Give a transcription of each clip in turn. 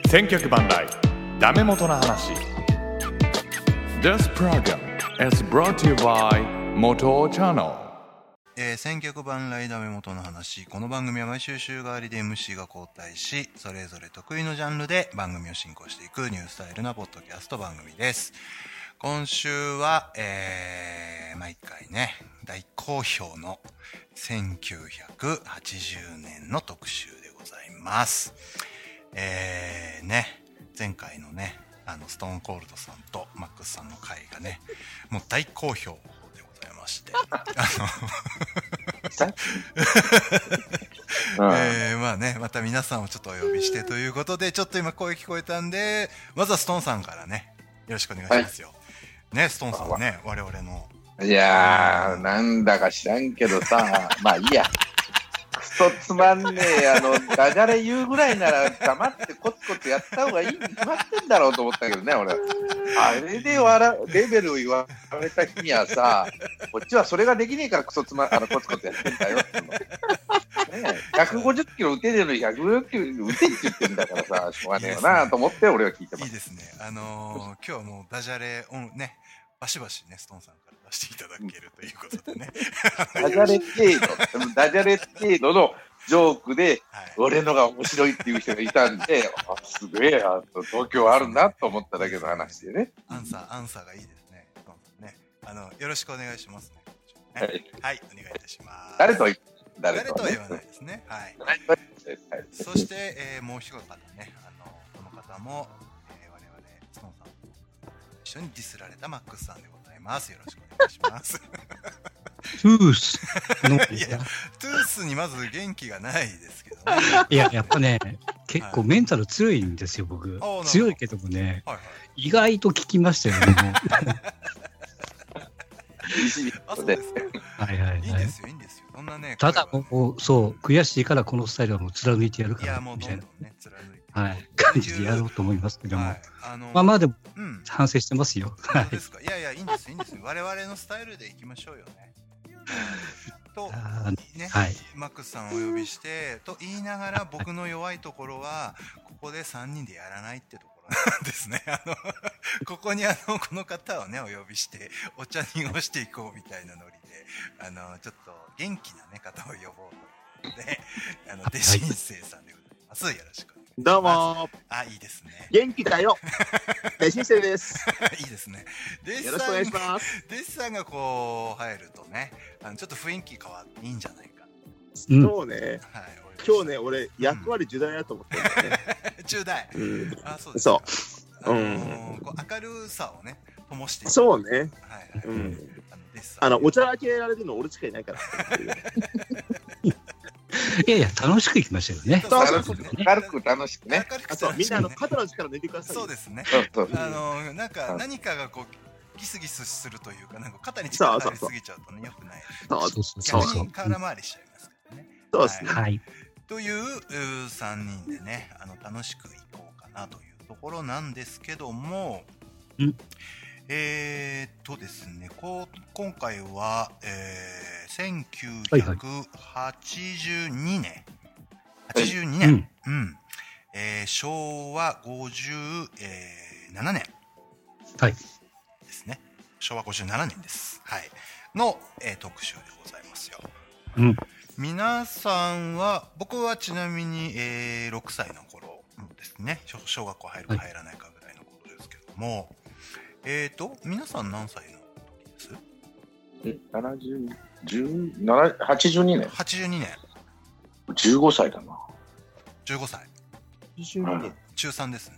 千脚万来ダメ元の話。 This program is brought to you by Moto Channel。 千脚万来ダメ元の話。この番組は毎週週替わりで MC が交代し、それぞれ得意のジャンルで番組を進行していくニュースタイルなポッドキャスト番組です。今週は、毎回ね、大好評の1980年の特集でございます。前回のね、ストーンコールドさんとマックスさんの回がね、もう大好評でございまして、まあね、また皆さんをちょっとお呼びしてということで、ちょっと今声聞こえたんで、まずはストーンさんからね、よろしくお願いしますよ。はい、ね、ストーンさんね、我々の。 いやー、なんだか知らんけどさ、まあいいや。クソつまんねえ、ダジャレ言うぐらいなら黙ってコツコツやった方がいいに決まってんだろうと思ったけどね、俺。あれでレベルを言われた日にはさ、こっちはそれができねえからコツコツやってんだよっての。ね、150キロ打てねえのに150キロ打てって言ってんだからさ、しょうがねえよなと思って俺は聞いてます。 いいですね。今日はもうダジャレをね、バシバシね、ストーンさんから出していただけるということでね。 ダジャレ程度のジョークで、はい、俺のが面白いっていう人がいたんで、すげえや、東京あるなと思っただけの話でね。 アンサーがいいですね。ね、よろしくお願いしますね。 はい、 はい、お願いいたします。 誰とは言わないですね。はい。そして、もう一方ね、この方も、我々ストーンさんと一緒にディスられたマックスさんでございます。よろしくお願いします。 トゥースいや、トゥースにまず元気がないですけどね。 いや、やっぱね、結構メンタル強いんですよ、僕。強いけどもね、はいはい、意外と効きましたよね。 あ、そうですか。 はいはいはい。 いいんですよ、いいんですよ。そんなね。 ただ、もう、そう、悔しいからこのスタイルはもう貫いてやるから。 いや、もうどんどんね、貫いて。 はい。感じでやろうと思いますけども。はい、まあでも、反省してますよ。 はい。そうですか。いやいや、いいんです、いいんです。我々のスタイルでいきましょうよね。と、ね、はい、マックスさんをお呼びして、と言いながら僕の弱いところは、ここで3人でやらないってところなんですね。ここにこの方をね、お呼びして、お茶にをしていこうみたいなノリで、ちょっと元気なね、方を呼ぼうということで、デシンセイさんでございます。よろしくお願いします。 どうもあ、いいですね。 元気だよ。デシンセイです。 いいですね。 よろしくお願いします。 デシさんがこう入るとね、ちょっと雰囲気変わっていいんじゃないか。 そうね。はい、今日ね、俺役割重大だと思ってるんだね。 重大。あ、そうです。 そう。 こう明るさをね、灯して。 そうね。はい。お茶開けられるの俺しかいないから。 いやいや、楽しくいきましたよね。 軽く楽しくね。 みんな肩の力抜いてください。 そうですね。なんか何かがこうギスギスするというか、なんか肩に力入りすぎちゃうとね、良くない。逆に空回りしちゃいますからね。 そうですね。 はい。 という3人でね、楽しくいこうかなというところなんですけども、ですね、今回は、1982年、昭和57年、 はい、 ですね。昭和57年です。はい。の、特集でございますよ。皆さんは、僕はちなみに、6歳の頃ですね。小学校入るか入らないかぐらいの頃ですけども、皆さん何歳の時です ？82年。 82年。 15歳だな。 15歳。 82年。 中3ですね。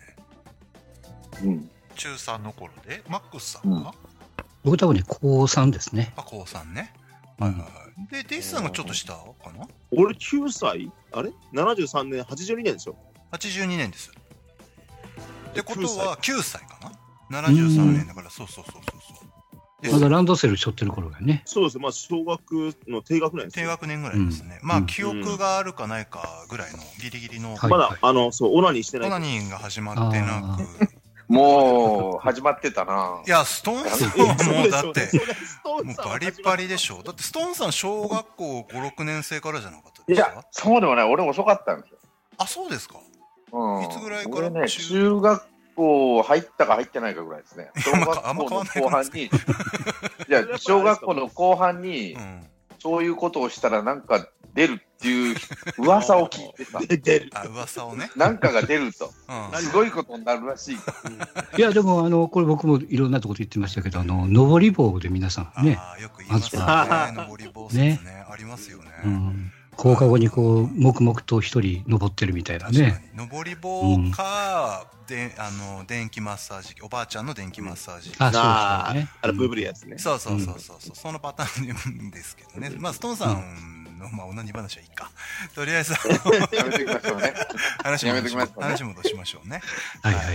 中3の頃で、マックスさんは？ 僕多分ね、高3ですね。 あ、高3ね。はいはいはい。で、デイスさんがちょっと下かな？ 俺9歳？あれ ?73 年、82年ですよ。 82年です。ってことは9歳かな？73年だから、そう。 まだランドセル背負ってる頃がね。 そうです。まあ、小学の低学年です。 低学年ぐらいですね。まあ、記憶があるかないかぐらいのギリギリの。 まだ、そう、オナニーしてない。 オナニーが始まってなく。 もう、始まってたな。 いや、ストーンさんはもうだって、もうバリバリでしょ。だってストーンさん小学校5、6年生からじゃなかったですか？ いや、そうでもない。俺遅かったんですよ。 あ、そうですか。 いつぐらいから？ 俺ね、中学校入ったか入ってないかぐらいですね。小学校の後半に、いや、小学校の後半に、そういうことをしたらなんか出るっていう噂を聞いてた。 出る。噂をね。 なんかが出ると。すごいことになるらしい。 いや、でも、これ僕もいろんなところで言ってましたけど、登り棒で皆さんね。 よく言いますね。登り棒ですね。ありますよね。 放課後にこう、黙々と一人登ってるみたいなね。 登り棒か、電気マッサージ機、おばあちゃんの電気マッサージ機。 そうですね。 ブーブルやつね。 そう。そのパターンですけどね。まあ、ストーンさんの、まあ、同じ話はいいか。とりあえず、 やめてきましょうね。 話戻しましょうね。 はいはいはい。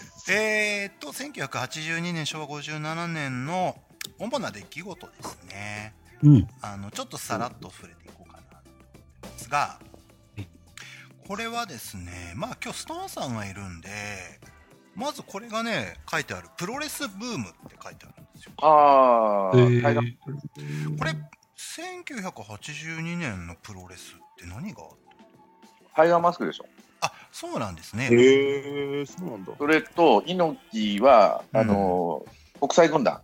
1982年、昭和57年の主な出来事ですね。ちょっとさらっと触れていこうかなと思うんですが、これはですね、まあ今日ストーンさんがいるんで、まずこれがね、書いてある、プロレスブームって書いてあるんですよ。これ、1982年のプロレスって何があった？ タイガーマスクでしょ。 そうなんですね。 そうなんだ。 それと、猪木は、国際軍団。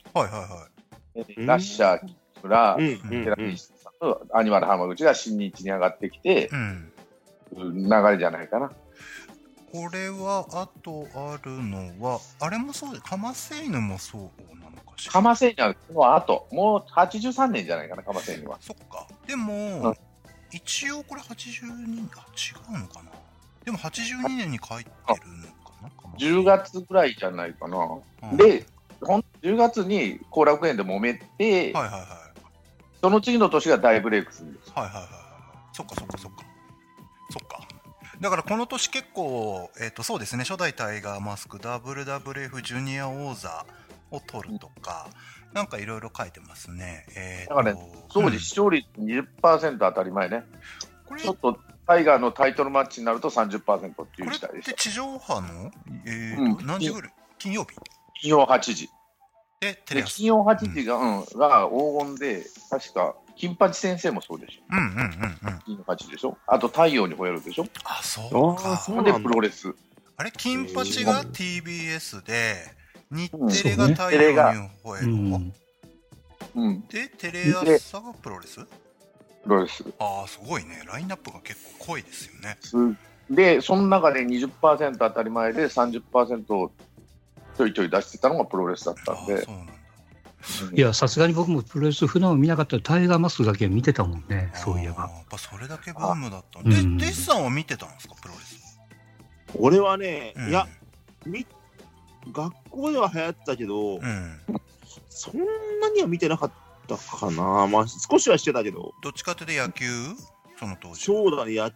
ラッシャー、キムラ、テラピストさんとアニマル浜口が新日に上がってきて、流れじゃないかな。 これは、あとあるのは、あれもそうで、カマセイヌもそうなのかしら。 カマセイヌはその後、もう83年じゃないかな、カマセイヌは。 そっか。でも、一応これ82年、違うのかな。でも82年に書いてるのかな。 10月ぐらいじゃないかな。で、10月に後楽園で揉めて、その次の年が大ブレイクするんです。 そっか。だからこの年結構、そうですね、初代タイガーマスク WWF ジュニア王座を取るとか、なんかいろいろ書いてますね。 だからね、当時視聴率 20% 当たり前ね。ちょっとタイガーのタイトルマッチになると 30% っていう時代でした。 これって地上波の、何時ぐらい？金曜日？ 金曜8時。 テレ朝。 金曜8時が、が黄金で、確か、金八先生もそうでしょ。金曜8時でしょ。あと、太陽に吠えるでしょ。 そうか。 それでプロレス。 あれ、金八が TBS で、日テレが太陽に吠える。で、テレ朝がプロレス？ プロレス。 すごいね。ラインナップが結構濃いですよね。 で、その中で 20% 当たり前で 30% をちょいちょい出してたのがプロレスだったんで。 いや、さすがに僕もプロレス普段は見なかったらタイガーマスクだけは見てたもんね、そういえば。 やっぱそれだけブームだったんで、デシさんは見てたんですか、プロレス？ 俺はね、いや、学校では流行ってたけど、そんなには見てなかったかな。まあ、少しはしてたけど。 どっちかというと野球？その当時。 そうだね、野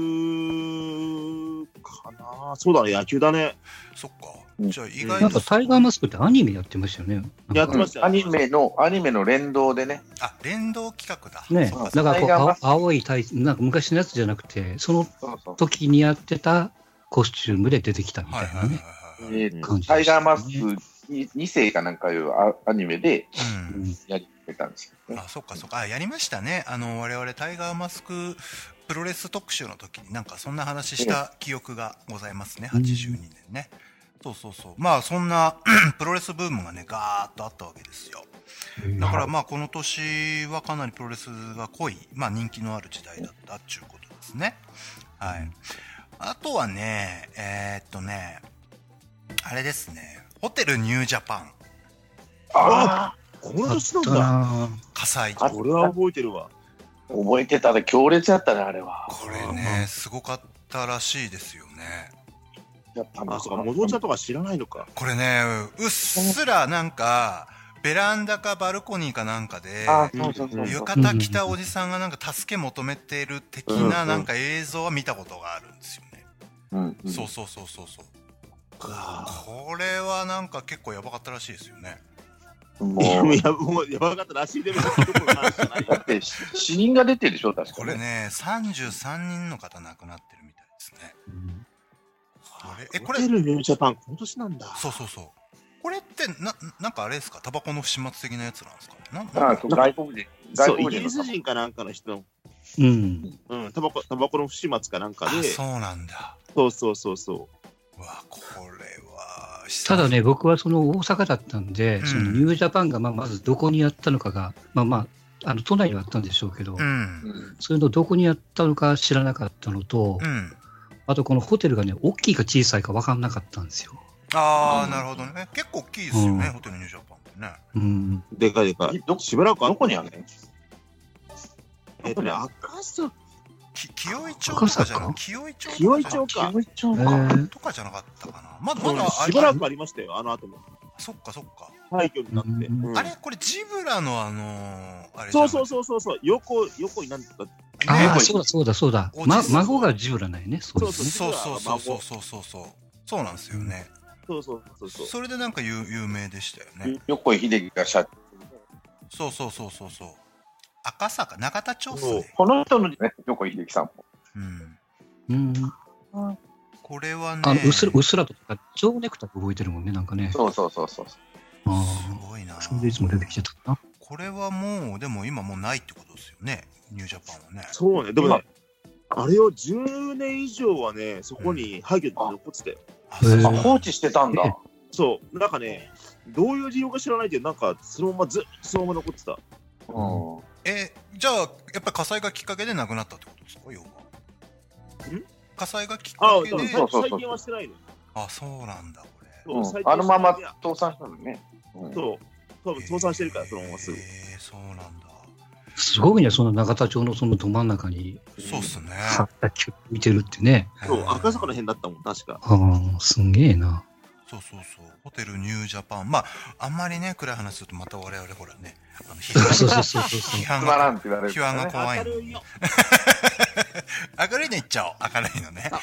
球かな。そうだね、野球だね。 そっか。じゃあ意外となんかタイガーマスクってアニメやってましたよね。 やってました。 アニメの連動でね。 連動企画だ。 ね、だからこう青いタイツ、なんか昔のやつじゃなくて、その時にやってたコスチュームで出てきたみたいなね。 タイガーマスク2世かなんかいうアニメでやりたんですよね。 そっか。やりましたね。我々タイガーマスクプロレス特集の時になんかそんな話した記憶がございますね。82年ね。そう。まあそんなプロレスブームがね、ガーッとあったわけですよ。だからまあこの年はかなりプロレスが濃い、まあ人気のある時代だったっていうことですね。はい。あとはね、あれですね、ホテルニュージャパン。 この年なんだ。 火災。 これは覚えてるわ。 覚えてたね、強烈だったね、あれは。 これね、すごかったらしいですよね。 そうか、戻っちゃとか知らないのか。 これね、うっすらなんか、ベランダかバルコニーかなんかで、浴衣着たおじさんがなんか助け求めてる的ななんか映像は見たことがあるんですよね。そう。これはなんか結構やばかったらしいですよね。 もうやばかったらしいでもだって死人が出てるでしょ、確かこれね、33人の方亡くなってるみたいですね。 これホテルニュージャパン今年なんだ。 そう。これってなんかあれですか、タバコの不始末的なやつなんですかね。 外国人。 イギリス人かなんかの人。タバコの不始末かなんかで。 そうなんだ。 そうそうそうそう。わ、これはただね、僕はその大阪だったんで、そのニュージャパンがまずどこにやったのかが、都内にはあったんでしょうけど、それのどこにやったのか知らなかったのと、あとこのホテルがね、大きいか小さいか分かんなかったんですよ。 ああ、なるほどね。結構大きいですよね、ホテルニュージャパンってね。 でかいでかい。しばらくどこにあるの？ 赤坂。 清井町とかじゃない？清井町か。 清井町か。 とかじゃなかったかな。まだしばらくありましたよ、あの後も。 そっかそっか。 廃墟になって。 あれこれジブラのあれそう。横になんか。 ああ、そうだ。孫がジブラなんやね。 そうなんですよね。 そう。 それでなんか有名でしたよね。 横井秀樹が社長。 そう。赤坂、永田町っすね。 この人のね、横井秀樹さんも。これはね。 うっすらとか、蝶ネクタイ動いてるもんね、なんかね。 そう。 すごいな。 それでいつも出てきちゃったかな。 これはもう、でも今もうないってことですよね。ニュージャパンはね。 そうね、でもね、あれを10年以上はね、そこに廃墟に残ってたよ。 放置してたんだ。 そう、なんかね、どういう理由か知らないけど、なんかそのままそのまま残ってた。 じゃあ、やっぱり火災がきっかけで亡くなったってことですか、要は。火災がきっかけで。 最近はしてないの。 あ、そうなんだ、これ。 あのまま倒産したのね。 そう。多分倒産してるから、そのまますぐ。 そうなんだ。 すごいね、その永田町のそのど真ん中に。 そうっすね。 見てるってね。 そう、赤坂の辺だったもん、確か。 すんげえな。 そう。ホテルニュージャパン。まあ、あんまりね、暗い話するとまた我々ほらね、批判が怖い。明るいの言っちゃおう。明るいのね。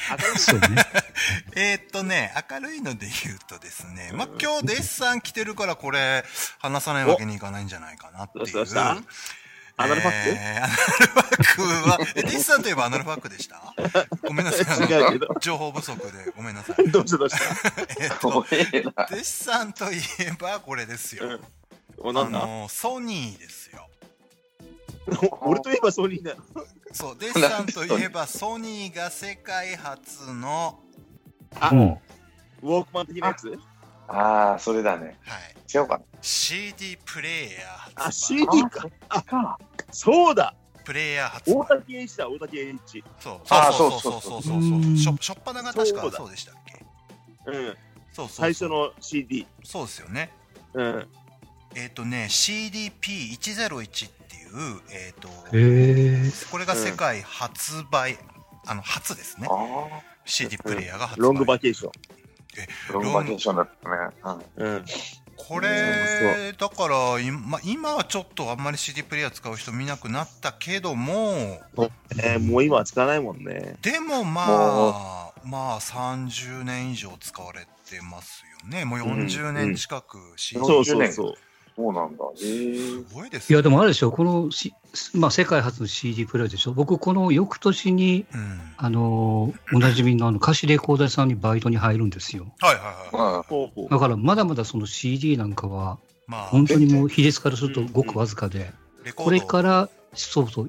明るいので言うとですね、まあ、今日デッサン来てるからこれ、話さないわけにいかないんじゃないかなっていう。 アナルファック？ アナルファックは、デッサンといえばアナルファックでした？ごめんなさい。情報不足でごめんなさい。 どうしたデッサンといえばこれですよ。ソニーですよ。 俺といえばソニーだよ。 そう、デッサンといえばソニーが世界初のウォークマン的なやつ？ ああ、それだね。 はい。 違うかな。 CD プレイヤー発売。CD か。そうだ。 プレイヤー発売。 大竹栄一だ、大竹栄一。 そう。しょっぱなが確かそうでしたっけ？そう。 最初の CD。 そうですよね。CDP101 っていう、これが世界発売、初ですね。CD プレイヤーが発売。 ロングバケーション。 ロングバケーションだったね。 これ、だから今はちょっとあんまり CD プレイヤー使う人見なくなったけども、 もう今は使わないもんね。 でもまあ30年以上使われてますよね。もう40年近く CD。 そうなんだ。 すごいですね。いや、でもあれでしょ、この、世界初の CD プレイでしょ。僕、この翌年に、おなじみの貸しレコーダーさんにバイトに入るんですよ。だから、まだまだその CD なんかは、本当にもう比率からするとごくわずかで、これから、3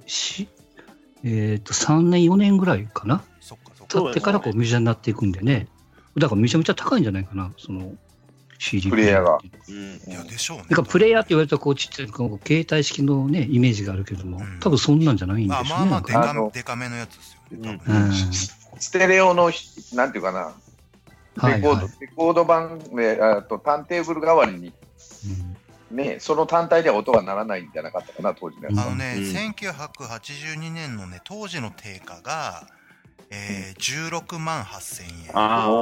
年、4年ぐらいかな。経ってからこうメジャーになっていくんでね。だからめちゃめちゃ高いんじゃないかな、その。CD プレイヤーが。 いやでしょうね。 だからプレイヤーって言われたらこうちっちゃい携帯式のねイメージがあるけども、多分そんなんじゃないんでしょうね。 まあデカめのやつですよね。 ステレオのなんていうかな、レコード版でターンテーブル代わりにね、その単体では音が鳴らないんじゃなかったかな当時ね。 1982年のね当時の定価が16万8000円。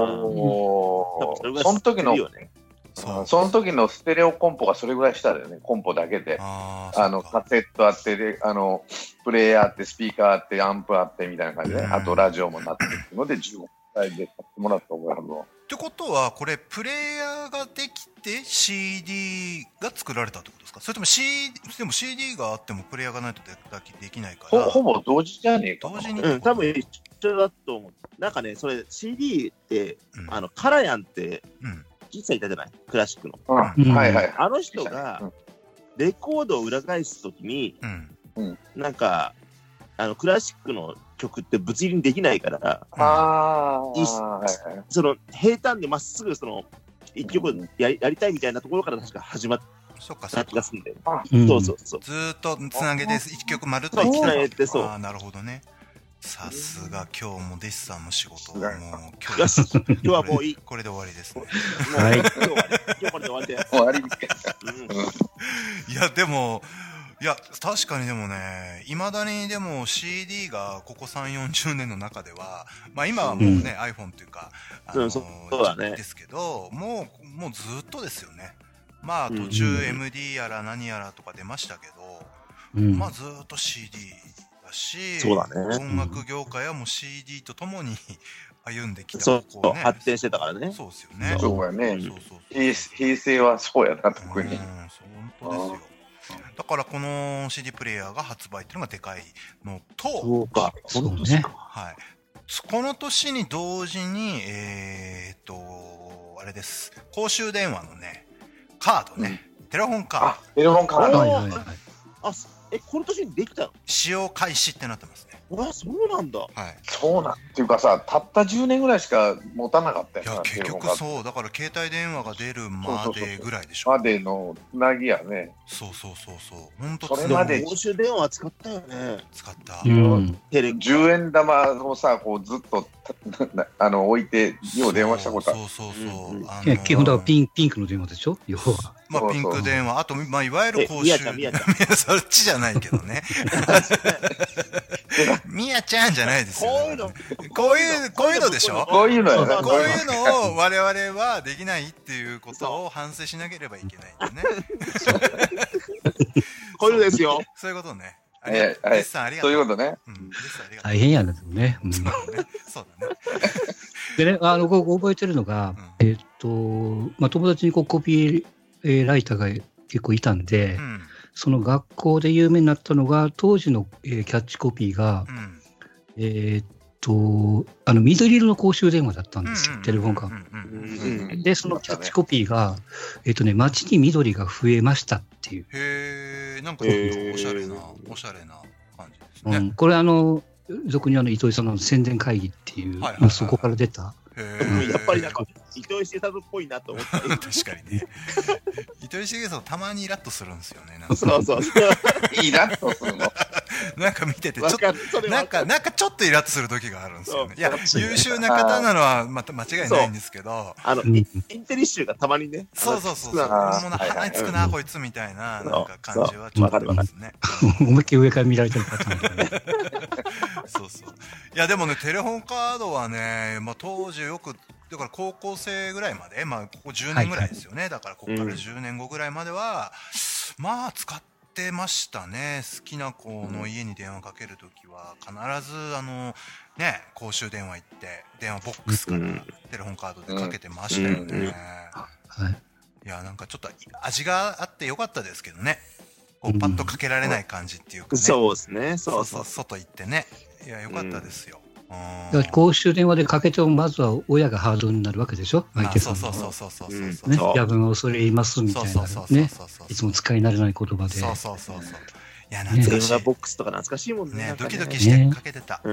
その時のその時のステレオコンポがそれぐらいしたんだよね、コンポだけで。カセットあって、プレイヤーあって、スピーカーあって、アンプあってみたいな感じで、あとラジオもなってるので、15歳で買ってもらった覚えあるの。 ってことは、これ、プレイヤーができて CD が作られたってことですか？それとも CD があってもプレイヤーがないとできないから。 ほぼ同時じゃねえか。 同時に。 多分一緒だと思う。なんかね、それ CD って、カラヤンって、実際いたじゃない？クラシックの。あの人が、レコードを裏返すときに、なんか、クラシックの曲って物理にできないから、その平坦でまっすぐその一曲やりたいみたいなところから確か始まった気がするんだよ。そう。 ずーっとつなげて一曲まるっとつなげて、そう。 なるほどね。さすが今日も弟子さんの仕事もう今日はもういい。 これで終わりですね。 はい。 今日これで終わりで。 終わり。 いやでも確かにでもね、未だにでも CD がここ3、40年の中では、まあ今はもうね、iPhone というか、 そうだね。 ですけど、もうずっとですよね。まあ途中 MD やら何やらとか出ましたけど、まあずっと CD だし、 そうだね。 音楽業界はもう CD とともに歩んできた。 そう、発展してたからね。 そうですよね。 そうやね。平成はそうやな、特に。 本当ですよ。だからこの CD プレイヤーが発売っていうのがでかいのと、 そうね。 はい。この年に同時に、あれです。公衆電話のね、カードね。テレフォンカード。 テレフォンカード。 この年にできたの？ 使用開始ってなってますね。 そうなんだ。 はい。 そうなんっていうかさ、たった10年ぐらいしか持たなかったよな。 いや、結局そう。だから携帯電話が出るまでぐらいでしょ。 までのつなぎやね。 そう。本当それまで公衆電話使ったよね。 使った。 10円玉をさ、こうずっと置いて、よう電話したことある。 そう。 基本だからピンクの電話でしょ、要は。 まあピンク電話、あと、まあいわゆる公衆。そっちじゃないけどね。みやちゃんじゃないですよ。こういうのでしょ？ こういうのやね。こういうのを我々はできないっていうことを反省しなければいけないんでね。 こういうのですよ。 そういうことね。 デッサンありがとう。そういうことね。 大変やですよね。 そうだね。 でね、覚えてるのが、まあ友達にコピーライターが結構いたんで、その学校で有名になったのが、当時の、キャッチコピーが、緑色の公衆電話だったんですよ、テレフォンカー。で、そのキャッチコピーが、街に緑が増えましたっていう。 へー、なんかおしゃれな感じですね。 これ俗に糸井さんの宣伝会議っていう、そこから出た。 やっぱりなんか糸井重里っぽいなと思って。 確かにね。糸井重里たまにイラッとするんですよね。 そう。 イラッとするの。 なんか見ててちょっとなんかちょっとイラッとする時があるんですよね。いや優秀な方なのはまた間違いないんですけど、 インテリッシュがたまにね。 そう。もう鼻につくなこいつみたいななんか感じはちょっとありますね。 思いっきり上から見られてるパターンだね。 そう。いやでもねテレフォンカードはね、まあ当時よくだから高校生ぐらいまで、まあここ10年ぐらいですよね。だからここから10年後ぐらいまではまあ使ってましたね。好きな子の家に電話かけるときは必ずね公衆電話行って電話ボックスからテレフォンカードでかけてましたよね。いやなんかちょっと味があってよかったですけどね。こうパッとかけられない感じっていうかね。 そうですね。そう。 外行ってね。いやよかったですよ。 公衆電話でかけてもまずは親がハードになるわけでしょ、相手さんの。そう。夜分恐れ入りますみたいなね。いつも使い慣れない言葉で。 そう。いや懐かしい。 電話ボックスとか懐かしいもんね。 ドキドキしてかけてた。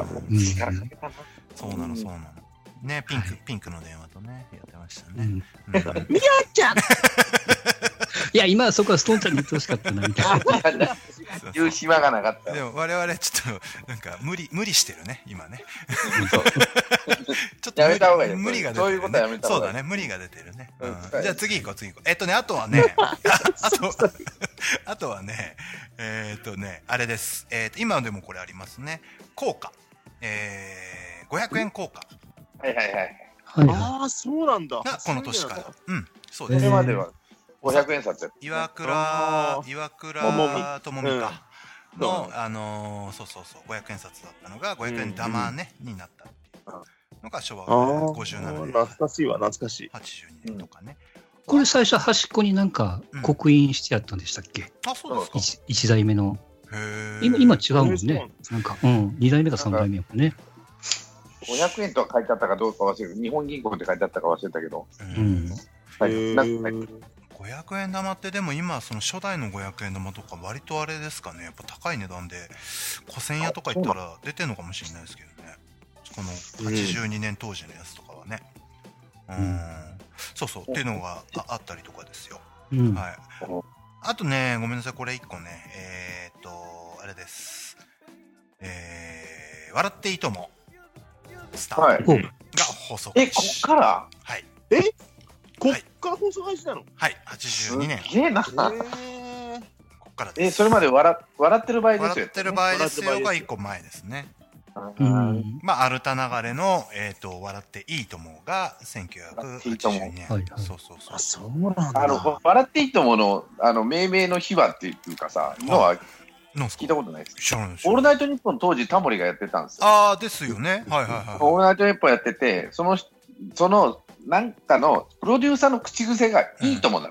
そうなの。ねピンクの電話とねやってましたね。 みやちゃん。 いや今はそこはストーンちゃんに言ってほしかったなみたいな。 言う暇がなかった。 でも我々ちょっとなんか無理してるね今ね。ちょっとやめた方がいい。 無理が出てる。 そういうことはやめた方がいい。 そうだね無理が出てるね。じゃあ次行こう。あとはねあとはねあれです。今でもこれありますね。硬貨500円硬貨。 はい。 ああそうなんだ。 がこの年から。そうです。 それまでは500円札。 岩倉智美かのそう500円札だったのが500円玉ねになったっていうのが昭和57年。 懐かしい。82 年とかね。 これ最初端っこになんか刻印してあったんでしたっけ？ あそうですか。 1代目の。今違うもんね。なんか2代目か3代目もね。 500円とは書いてあったかどうか忘れる。日本銀行って書いてあったか忘れたけど。 500円玉ってでも今その初代の500円玉とか割とあれですかね、やっぱ高い値段で古銭屋とか行ったら出てんのかもしれないですけどね、この82年当時のやつとかはね、そうそうっていうのが あったりとかですよ、はい。あとね、ごめんなさい、これ1個ね、あれです、笑っていいともスタートが放送開始。 こっから、 はい、 こっから放送開始なの？ はい、82年。 すげえな。こっからです。 それまで笑ってる場合ですよ。 笑ってる場合ですよが1個前ですね。まあ、アルタ流れの、笑っていいともが1982年。そうそうそう。 そうなんだ。 笑っていいともの、命名の秘話っていうかさ、のは聞いたことないです。 知らないです。 オールナイトニッポン当時タモリがやってたんですよ。 ああ、ですよね。はいはいはい。 オールナイトニッポンやってて、その、なんかのプロデューサーの口癖がいいともなる。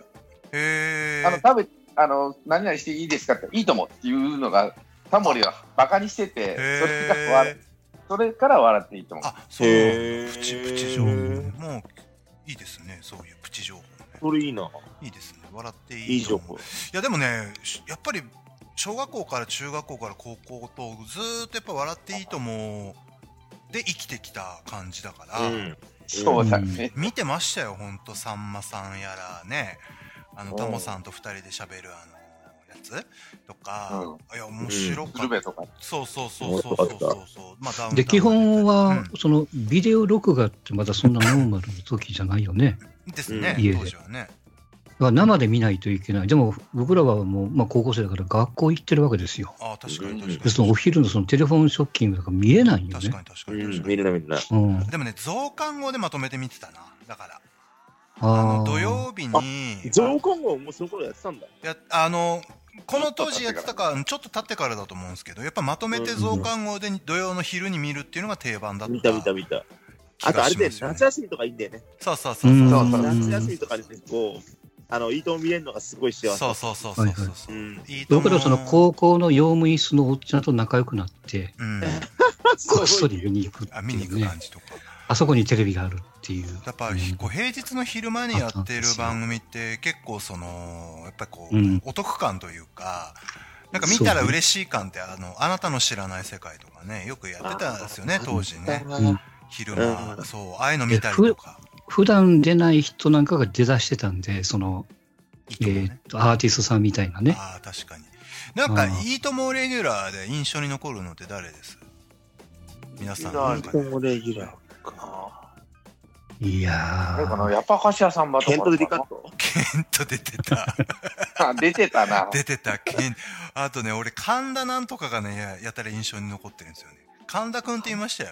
何々していいですかって、いいともっていうのが、タモリはバカにしてて、それから笑っていいと思う。 あ、そう。プチ情報。もういいですね、そういうプチ情報。 それいいな。 いいですね、笑っていい情報。いやでもね、やっぱり小学校から中学校から高校とずーっとやっぱ笑っていいと思うで生きてきた感じだから、 そうだね。 見てましたよ、ほんとさんまさんやらね、タモさんと2人で喋るやつとか、いや面白かった。そうそうそうそうそうそう。 で基本はそのビデオ録画ってまだそんなノーマルの時じゃないよね。 ですね。当時はね。 生で見ないといけない。でも僕らはもう、まあ、高校生だから学校行ってるわけですよ。 ああ、確かに確かに。 そのお昼のそのテレフォンショッキングとか見えないよね。 確かに確かに。 見れない見れない。 でもね、増刊号でまとめて見てたな。だから。土曜日に。 増刊号もその頃やってたんだ。 この当時やってたか、ちょっと経ってからだと思うんですけど、やっぱまとめて増刊号で土曜の昼に見るっていうのが定番だった。 見た。あとあれで夏休みとかいいんだよね。 そう。夏休みとかでこう、いいとも見れるのがすごい幸せ。 そう。 僕らその高校の用務員室のおっちゃんと仲良くなって、こっそり見に行くっていうね。 見に行く感じとか。 あそこにテレビがあるっていう。 やっぱこう平日の昼間にやってる番組って結構そのやっぱりこうお得感というか、なんか見たら嬉しい感ってあなたの知らない世界とかね、よくやってたんですよね当時ね。昼間そうああいうの見たりとか。 普段出ない人なんかが出だしてたんで、そのアーティストさんみたいなね。 ああ確かに。なんかいいともレギュラーで印象に残るのって誰です？皆さん。 いいともレギュラー。 いやー。やっぱ菓子屋さんばとか。 ケント出てた。 出てたな。 あとね、俺、神田なんとかがね、やたら印象に残ってるんですよね。神田くんって言いましたよね。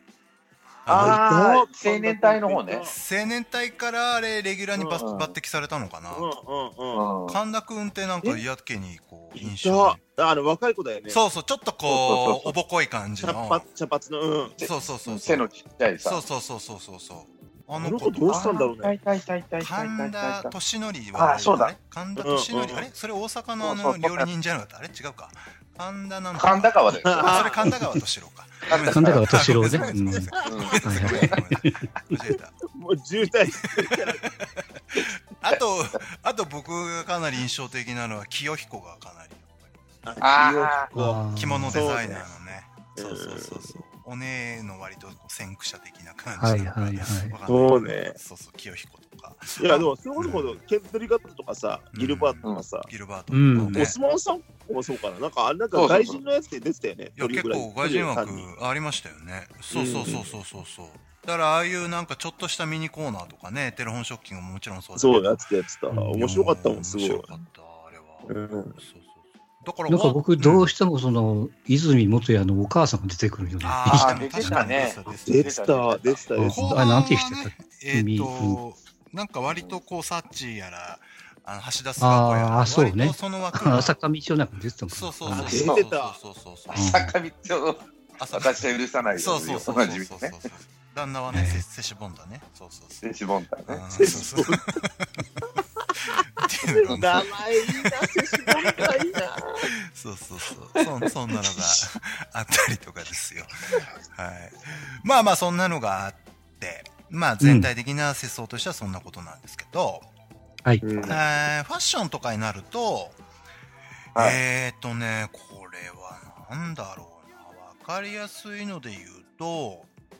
青年隊の方ね。 青年隊からあれ、レギュラーに抜擢されたのかな。神田くんってなんかやけにこう、印象に。 若い子だよね。 そう、ちょっとこう、おぼこい感じの。 茶髪の、 そう。 背のちっちゃいさ。 そう。 あの子どうしたんだろうね。 神田俊則は。 あ、そうだ。 神田俊則、あれそれ大阪の料理人じゃなかった？あれ違うか。神田なん神田川で。 それ神田川敏郎か。 神田川敏郎ね。 もう渋滞。 あと僕がかなり印象的なのは清彦がかなり。着物デザイナーのね。そう。お姉の割と先駆者的な感じの。 そうね。 そう、清彦とか。 いや、でも、それほど、ケントリガットとかさ、ギルバートとかさ。 ギルバート。 オスマンさんもそうかな。なんか外人のやつで出てたよね。 いや、結構外人枠ありましたよね。そう。だから、ああいうなんかちょっとしたミニコーナーとかね、テレフォンショッキングももちろんそうだけど。 そう、やってた。面白かったもん、すごい。 面白かった、あれは。そう。 なんか僕どうしてもその泉元也のお母さんが出てくるよね。 出てたね。 出てた。 あれなんて言ってた？なんか割とこうサッチーやら橋田壽賀子やらそうね。 その枠浅香道夫なんか出てたもん。 そう。 出てた。 浅香道夫。私は許さないよ。 そう。旦那はね、セシボンだね。そう。 セシボンだね。 名前いいな、セシボンがいいな。 そう。そんなのがあったりとかですよ。はい。まあそんなのがあって、まあ全体的な世相としてはそんなことなんですけど、 はい。 ファッションとかになると、はい、これはなんだろうな。わかりやすいので言うと、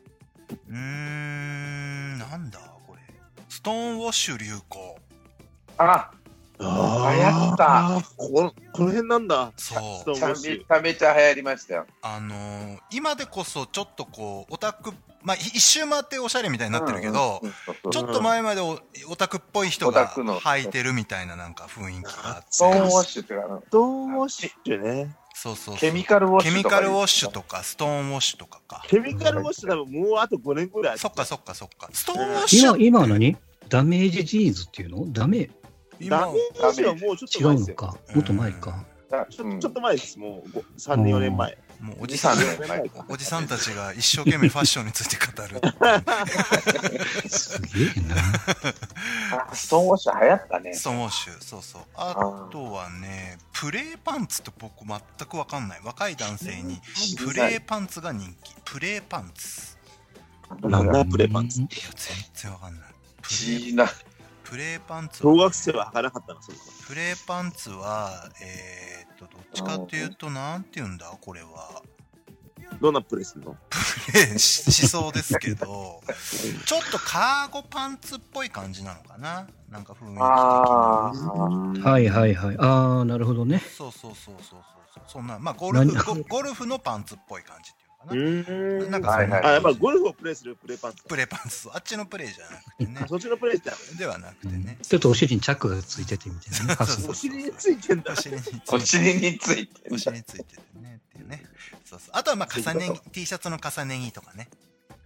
なんだこれ。ストーンウォッシュ流行。 流行った。 この辺なんだ。 そう。 めちゃめちゃ流行りましたよ。 今でこそちょっとこう、オタク、まあ、一周回っておしゃれみたいになってるけど、ちょっと前までオタクっぽい人が履いてるみたいななんか雰囲気があって。 ストーンウォッシュってストーンウォッシュね。 そうそう。 ケミカルウォッシュとか。 ケミカルウォッシュとか、ストーンウォッシュとかか。 ケミカルウォッシュ多分もうあと5年くらい。 そっか。ストーンウォッシュ。 今は何？ダメージジーンズっていうの？ダメージはもうちょっと前ですよ。 違うのか。もっと前か。 ちょっと前です。もう3年4年前。 もうおじさんたちが一生懸命ファッションについて語る。 すげえな。 ストーンウォッシュ流行ったね。 ストーンウォッシュ、そうそう。あとはね、プレーパンツって僕全くわかんない。若い男性にプレーパンツが人気。プレーパンツ。 なんだプレーパンツ。いや全然わかんない。プレーパンツ。 小学生は履かなかったな、それ。 プレーパンツは、どっちかっていうと、なんて言うんだこれは。 どんなプレーするの？ プレーしそうですけど、ちょっとカーゴパンツっぽい感じなのかななんか雰囲気的に。 はいはいはい。ああ、なるほどね。 そう。そんな、まあゴルフのパンツっぽい感じっていうなんかやっぱゴルフをプレイするプレーパンツ。 プレーパンツ。あっちのプレイじゃなくてね。 そっちのプレイではなくてね。 ちょっとお尻にチャックがついててみたいな。 お尻についてんだ。 お尻についててねっていうね。そう。あとはまあ重ね着、T シャツの重ね着とかね。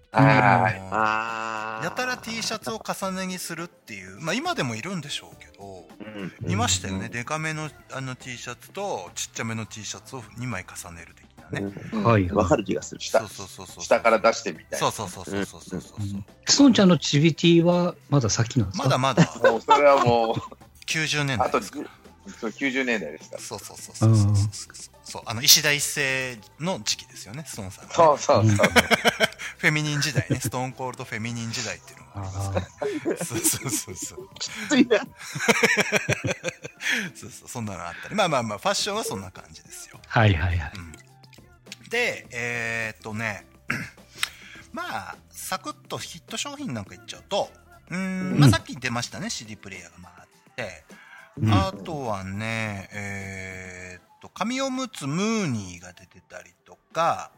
やたら T シャツを重ね着するっていう、まあ今でもいるんでしょうけど、いましたよね。デカめのT シャツとちっちゃめの T シャツを2枚重ねる的なね。 はい。わかる気がする。 そう。 下から出してみたいな。 そう。 ストーンちゃんのチビティはまだ先なんですか？ まだ。 もうそれはもう 90年代ですから。 90年代ですから。 そう。そう、石田一世の時期ですよね、ストーンさん、ね。 そう。 フェミニン時代ね、ストーンコールドフェミニン時代っていうのがありますからね。そう。 きついな。 そう、そんなのあったり。まあ、ファッションはそんな感じですよ。 はい。 で、まあ、サクッとヒット商品なんか言っちゃうと、まあさっき出ましたね、CD プレイヤーがまああって、あとはね、紙おむつムーニーが出てたりとか、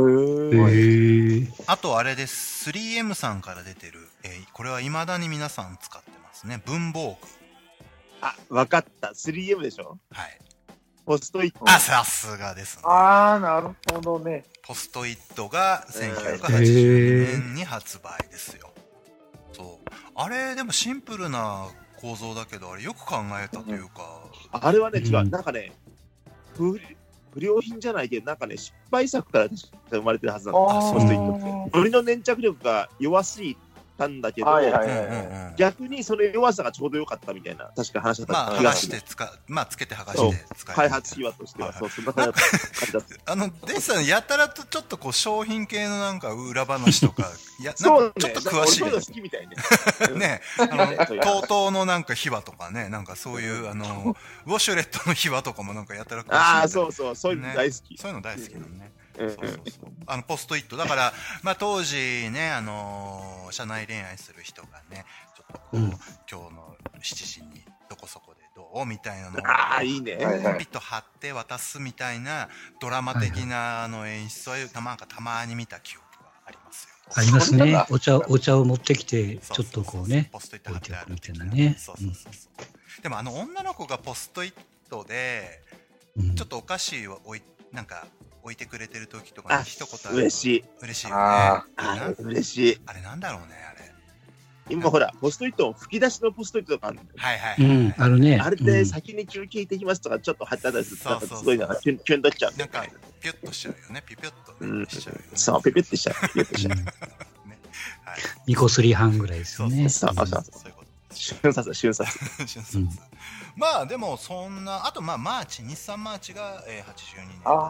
あとあれです、3M さんから出てる、これは未だに皆さん使ってますね、文房具。 あ、わかった、3M でしょ？ はい。 ポストイット。 あ、さすがですね。 なるほどね。 ポストイットが1982年に発売ですよ。そう。あれ、でもシンプルな構造だけど、あれよく考えたというか。 あれはね、違う。なんかね、不良品じゃないけど、なんかね、失敗作から生まれてるはずなんだ。ポストイットって。のりの粘着力が弱すぎたんだけど、逆にその弱さがちょうど良かったみたいな、確か話だった気がする。つけて剥がして使える。 開発秘話としては、そう、そんな感じだった。 デイさん、やたらとちょっとこう、商品系のなんか裏話とか、そうね、ちょっと詳しい。 そういうの好きみたいね。 ね、TOTO のなんか秘話とかね、なんかそういう、ウォシュレットの秘話とかもなんかやたら詳しい。 そういうの大好き。 そういうの大好きなのね。ポストイットだから、まあ、当時ね、社内恋愛する人がね、ちょっとこう、今日の7時にどこそこでどうみたいなのをいいね、 ピッと貼って渡すみたいなドラマ的な演出はたまに見た記憶がありますよ。 ありますね。お茶を持ってきてちょっとこうね、 ポストイット貼ってあるみたいなね。 でも女の子がポストイットでちょっとお菓子をなんか置いてくれてる時とかに一言あると嬉しいよね。 嬉しい。 あれなんだろうね、あれ。 今ほら、ポストイット、吹き出しのポストイットとかあるんだよ。 はい。 あるね。 あれで先に休憩行ってきますとかちょっと貼ってあったりすると、すごいなんかキュンキュンとっちゃう。 なんか、ピュッとしちゃうよね。ピュッとしちゃうよね。 そう、ピュッとしちゃう。ピュッとしちゃう。 2個3半ぐらいですよね。 そういうこと。瞬殺。 まあでもそんな、あとまあ日産マーチが82年だったりと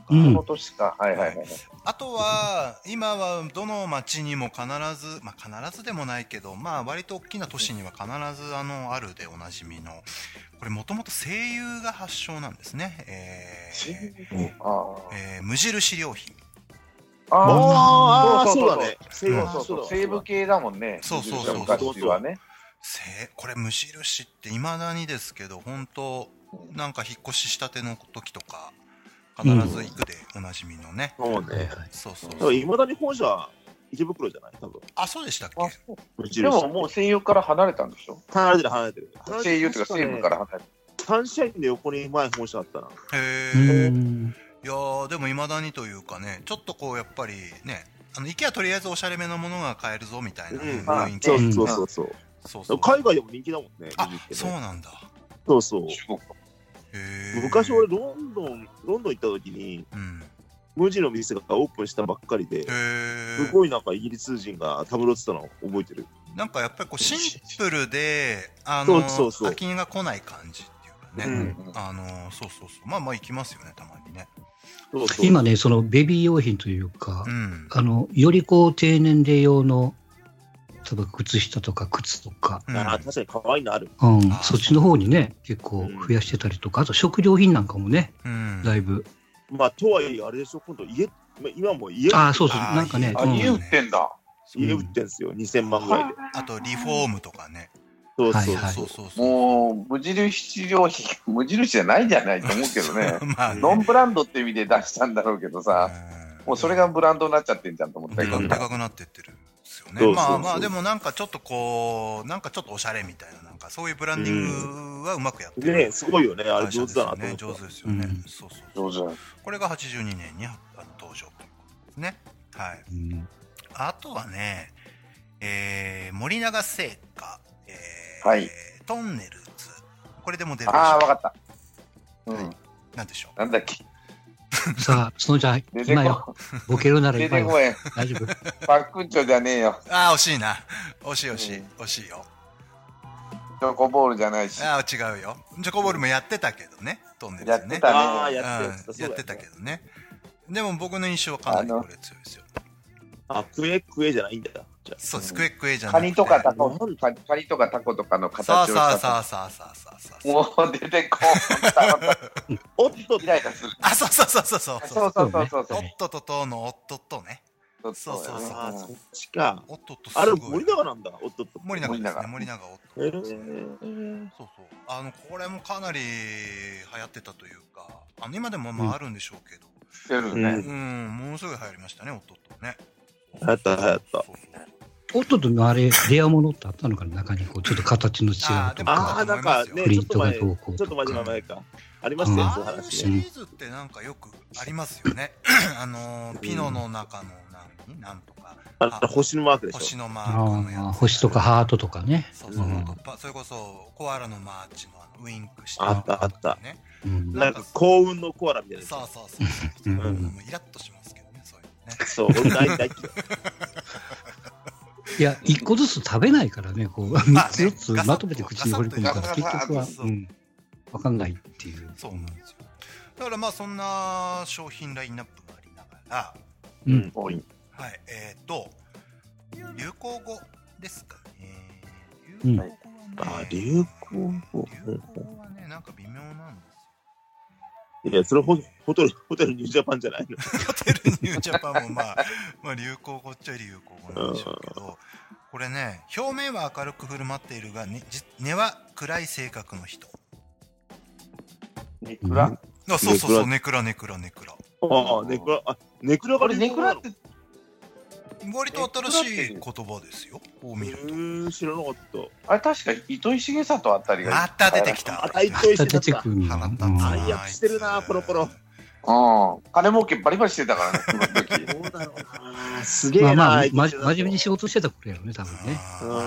か。その年か。はいはいはい。 あとは、今はどの町にも必ず、まあ必ずでもないけど、まあ割と大きな都市には必ずあるでおなじみの、これもともと声優が発祥なんですね。無印良品。 ああ、そうだね。西部系だもんね。 そう。 昔はね。 これ無印って未だにですけど、本当なんか引っ越ししたての時とか、必ず行くでおなじみのね。 そうね。 そう。 未だに本社池袋じゃない多分。 あ、そうでしたっけ？でももう声優から離れたんでしょ？ 離れてる。 声優っていうか西部から離れてる。 サンシャインで横に前本社あったな。 へー。いやー、でも未だにというかね、ちょっとこうやっぱりね、池はとりあえずおしゃれめのものが買えるぞみたいな雰囲気。そう。海外でも人気だもんね。 あ、そうなんだ。 そう。昔俺ロンドン行った時に、無地の店がオープンしたばっかりで、すごいなんかイギリス人がたむろってたのを覚えてる。 なんかやっぱりこうシンプルで、飽きが来ない感じっていうかね。そう。まあ行きますよね、たまにね。 今ね、そのベビー用品というか、よりこう低年齢用の例えば靴下とか靴とか、 確かに可愛いのある。 そっちの方にね結構増やしてたりとか、あと食料品なんかもね、だいぶ。 まあとはいえあれでしょ、今度今も家。 そうなんかね。 家売ってんだ。 家売ってんすよ、2000万ぐらいで。 あとリフォームとかね。 そう。 もう無印良品、無印じゃないんじゃないと思うけどね。ノンブランドって意味で出したんだろうけどさ、もうそれがブランドになっちゃってんじゃんと思ったけど。 でかくなってってるんですよね。まあでもなんかちょっとこう、なんかちょっとおしゃれみたいな、なんかそういうブランディングはうまくやってる。 ね、すごいよね、あれ上手だなと思った。 上手ですよね。そう。 上手。 これが82年に登場ということですね。はい。あとはね、森永製菓、トンネルズ。これでも出るでしょ。 わかった。 なんでしょう。 なんだっけ。 さあ、そのじゃあ、今よ。ボケるなら今よ。大丈夫。 パックンチョじゃねえよ。 惜しいな。惜しいよ。 チョコボールじゃないし。 違うよ。チョコボールもやってたけどね。トンネルズね。 やってたね。 やってたけどね。でも僕の印象はかなりこれ強いですよ。 クエじゃないんだよ。 そうです、クエじゃない。 カニとかタコとかの形をした。そう。もう出てこん。 おっと、イライラする。 そう。 おっとととのおっととね。そう。 そっちか。 おっとと。 あれ、森永なんだ。おっとと。 森永ですね。森永おっと。そう。これもかなり流行ってたというか、今でもまああるんでしょうけど。ものすごい流行りましたね、おっととね。 流行った。 おっととあれ、レアものってあったのかな、中にこう、ちょっと形の違うとか。 なんかね、 プリントがどうこう。 ちょっと前か。ありましたよ、そういう話。 シリーズってなんかよくありますよね。ピノの中のなんとか。 星のマークでしょ。 星のマークのやつ。 星とかハートとかね。 そう。それこそ、コアラのマーチのウインクしてあった。なんか幸運のコアラみたいな。 そう。イラッとしますけどね、そういうね。 そう、俺大嫌い。 いや、一個ずつ食べないからね、こう、3つずつまとめて口に放り込むから、結局は、わかんないっていう。 そうなんですよ。だからまあ、そんな商品ラインナップがありながら、はい、流行語ですかね。 流行語はね、なんか微妙なんですよ。 いや、それホテルニュージャパンじゃないの。 ホテルニュージャパンもまあ流行語っちゃ流行語なんでしょうけど、これね、表面は明るく振る舞っているが、根は暗い性格の人。 ネクラ？ そう、ネクラ。 ネクラがこれネクラって割と新しい言葉ですよ。こう見ると。 知らなかった。 あれ確か糸井重里あたりが。 また出てきた。 糸井重里。 腹立つな。 いやしてるな、ポロポロ。 金儲けバリバリしてたからね、その時。 そうだろうな。すげえな。 真面目に仕事してた頃やろね、多分ね。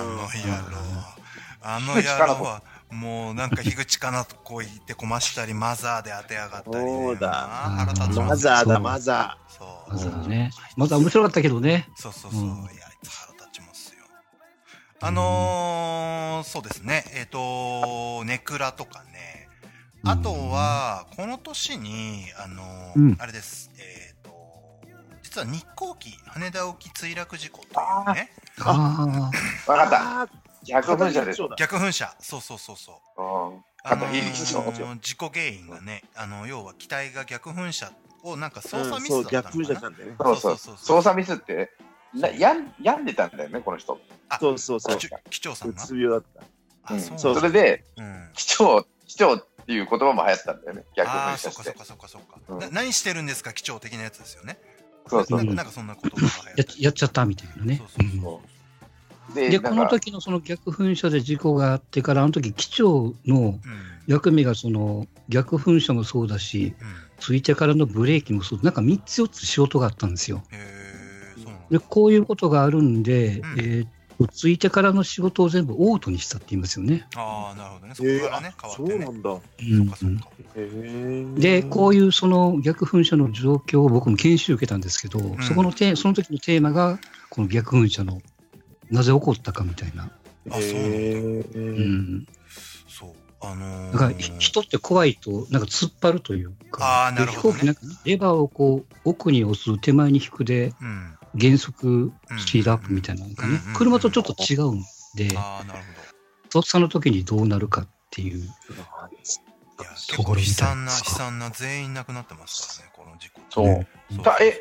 あの野郎は。もうなんか樋口かなとこう言ってこましたり、マザーで当てやがったり。 そうだ。 腹立つマザーだ、マザー。そう。 マザーね。マザー面白かったけどね。 そう。いや、腹立ちますよ。そうですね。ネクラとかね。 あとは、この年に、あれです。実は日航機、羽田沖墜落事故というね。 わかった。逆噴射でしょ。 逆噴射。そう。事故原因がね、要は機体が逆噴射をなんか操作ミスだったのかな。 そう。操作ミスって、病んでたんだよね、この人。 そう。 機長さんが。 うつ病だった。 それで、機長っていう言葉も流行ったんだよね、逆噴射して。 そうか。何してるんですか、機長的なやつですよね。 そう。 なんかそんな言葉が流行った。 やっちゃったみたいなね。で、この時のその逆噴射で事故があってから、あの時機長の役目がその逆噴射もそうだし、ついてからのブレーキもそう、なんか3つ4つ仕事があったんですよ。で、こういうことがあるんで、ついてからの仕事を全部オートにしたって言いますよね。 ああ、なるほどね。そこからね、変わってね。 そうなんだ。 で、こういうその逆噴射の状況を僕も研修受けたんですけど、その時のテーマが、この逆噴射のなぜ起こったかみたいな。 そう。 だから人って怖いと、なんか突っ張るというか、飛行機なんかレバーをこう奥に押す、手前に引くで、減速、スピードアップみたいなのがね、車とちょっと違うんで、とっさの時にどうなるかっていう。 結構悲惨な全員亡くなってますからね、この事故。 そう。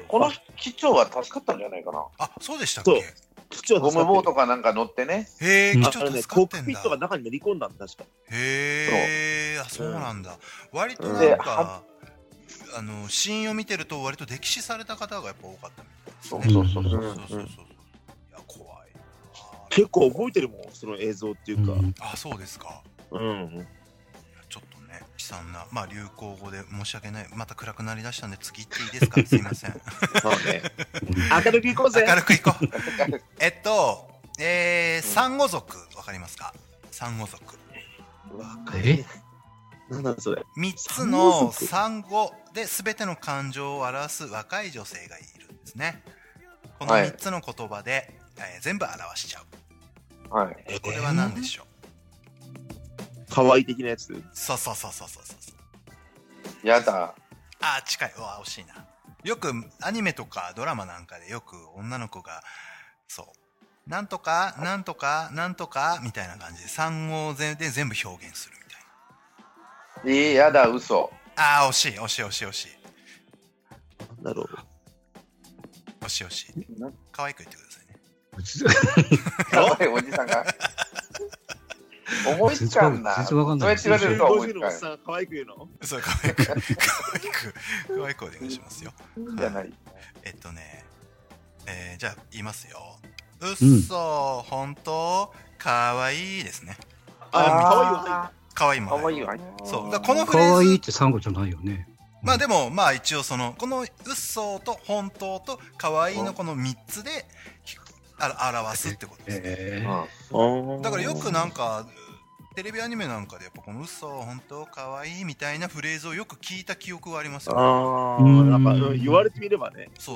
この機長は助かったんじゃないかな。 あ、そうでしたっけ？ ゴムボートかなんか乗ってね。 へえ、機長助かってんだ。 コックピットが中にめり込んだんだ、確か。 へえ、そうなんだ。割となんか、シーンを見てると割と溺死された方がやっぱ多かったみたいですね。そう。いや、怖い。 結構覚えてるもん、その映像っていうか。 あ、そうですか。ちょっとね、悲惨な、まあ流行語で申し訳ない。また暗くなりだしたんで次行っていいですか？すいません。 そうね。明るく行こうぜ。 明るく行こう。サンゴ族、わかりますか？サンゴ族。 なんだそれ。 3つのサンゴで全ての感情を表す若い女性がいるんですね。この3つの言葉で、全部表しちゃう。これは何でしょう？ 可愛い的なやつ？ そう。 やだ。 あ、近い。うわ、惜しいな。よくアニメとかドラマなんかでよく女の子が、そう。なんとか、みたいな感じで産語で全部表現するみたいな。 やだ、嘘。 あー、惜しい。 なるほど。惜しい。可愛く言ってくださいね。 可愛いおじさんが。思いつかんな。そうやって言われると思いつかん。 可愛く言うの？ そう、可愛くお願いしますよ。 じゃない。 じゃあ言いますよ。うっそ、本当、可愛いですね。可愛いも入る。そう。だこのフレーズ。 可愛いってサンゴじゃないよね。 まあでも、まあ一応このうっそと本当と可愛いのこの3つで表すってことですね。だからよくなんか、テレビアニメなんかでやっぱこの嘘、本当可愛いみたいなフレーズをよく聞いた記憶がありますよね。なんか言われてみればね。 そう。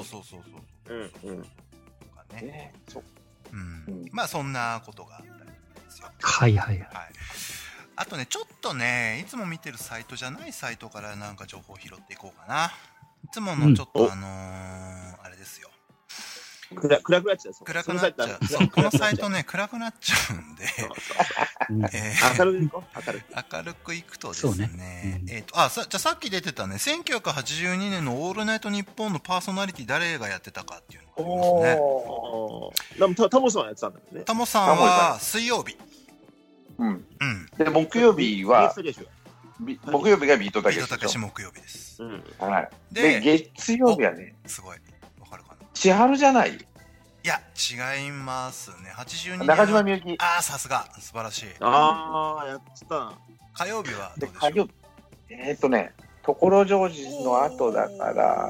まあそんなことがあったりですよ。 はい。 あとね、ちょっとね、いつも見てるサイトじゃないサイトからなんか情報を拾っていこうかな。いつものちょっとあれですよ。 暗くなっちゃう。 暗くなっちゃう。そう、このサイトね、暗くなっちゃうんで。 明るくいくとですね。じゃあさっき出てたね、1982年のオールナイトニッポンのパーソナリティ誰がやってたかっていうのがありますね。タモさんはやってたんだよね。 タモさんは水曜日。 で、木曜日がビートたけし。 ビートたけし木曜日です。 で、月曜日はね。 すごい。 千春じゃない？ いや、違いますね。82年。 中島みゆき。 ああ、さすが。素晴らしい。 やってた。 火曜日はどうでしょう？ 所ジョージの後だから、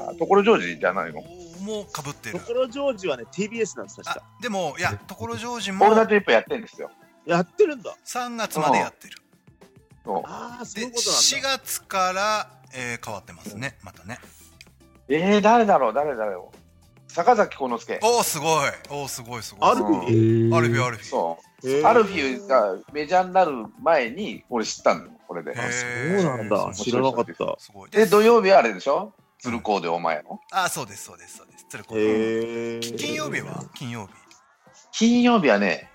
所ジョージじゃないの？ もう被ってる。 所ジョージはね、TBS なんです、確か。 でも、いや、所ジョージも。 オールナイトニッポンやってるんですよ。 やってるんだ。 3月までやってる。 ああ、そういうことなんだ。 4月から、変わってますね、またね。 誰だろう。坂崎幸之助。 すごい。 アルフィー。 そう。 アルフィーがメジャーになる前に俺知ったのよ、これで。 そうなんだ。知らなかった。 で、土曜日はあれでしょ、鶴光でお前の。 そうです。鶴光。金曜日は金曜日はね、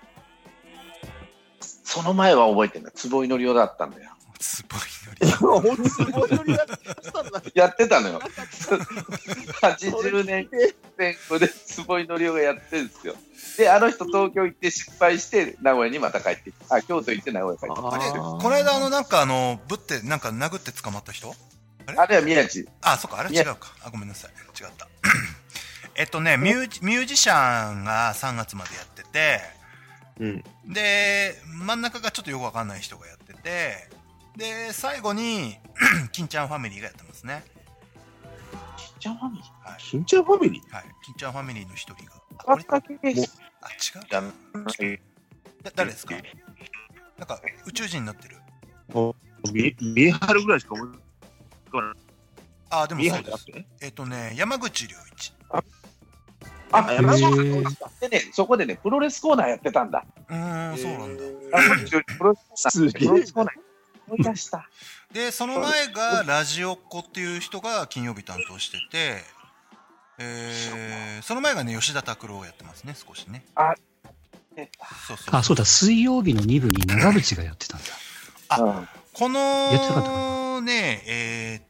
その前は覚えてんだ。坪井のりおだったんだよ。 坪井のりやってたのよ。80年前後で坪井のりおがやってるんですよ。で、あの人東京行って失敗して名古屋にまた帰ってきて、京都行って名古屋帰ってきて。 あれ、この間なんかぶってなんか殴って捕まった人？ あれは宮地。 そっか、あれ違うか。ごめんなさい。違った。ミュージシャンが3月までやってて、で、真ん中がちょっとよくわかんない人がやってて、で、最後に、金ちゃんファミリーがやってますね。 金ちゃんファミリー？ はい。 金ちゃんファミリー？ はい。金ちゃんファミリーの一人が。 違う。誰ですか？なんか、宇宙人になってる。 見えはるぐらいしか思いつかない。 でもそうです。山口良一。 山口でね、そこでね、プロレスコーナーやってたんだ。 そうなんだ。 プロレスコーナー思い出した。 で、その前がラジオっ子っていう人が金曜日担当してて、その前がね、吉田拓郎をやってますね、少しね。 そうだ、水曜日の2部に長渕がやってたんだ。 このね、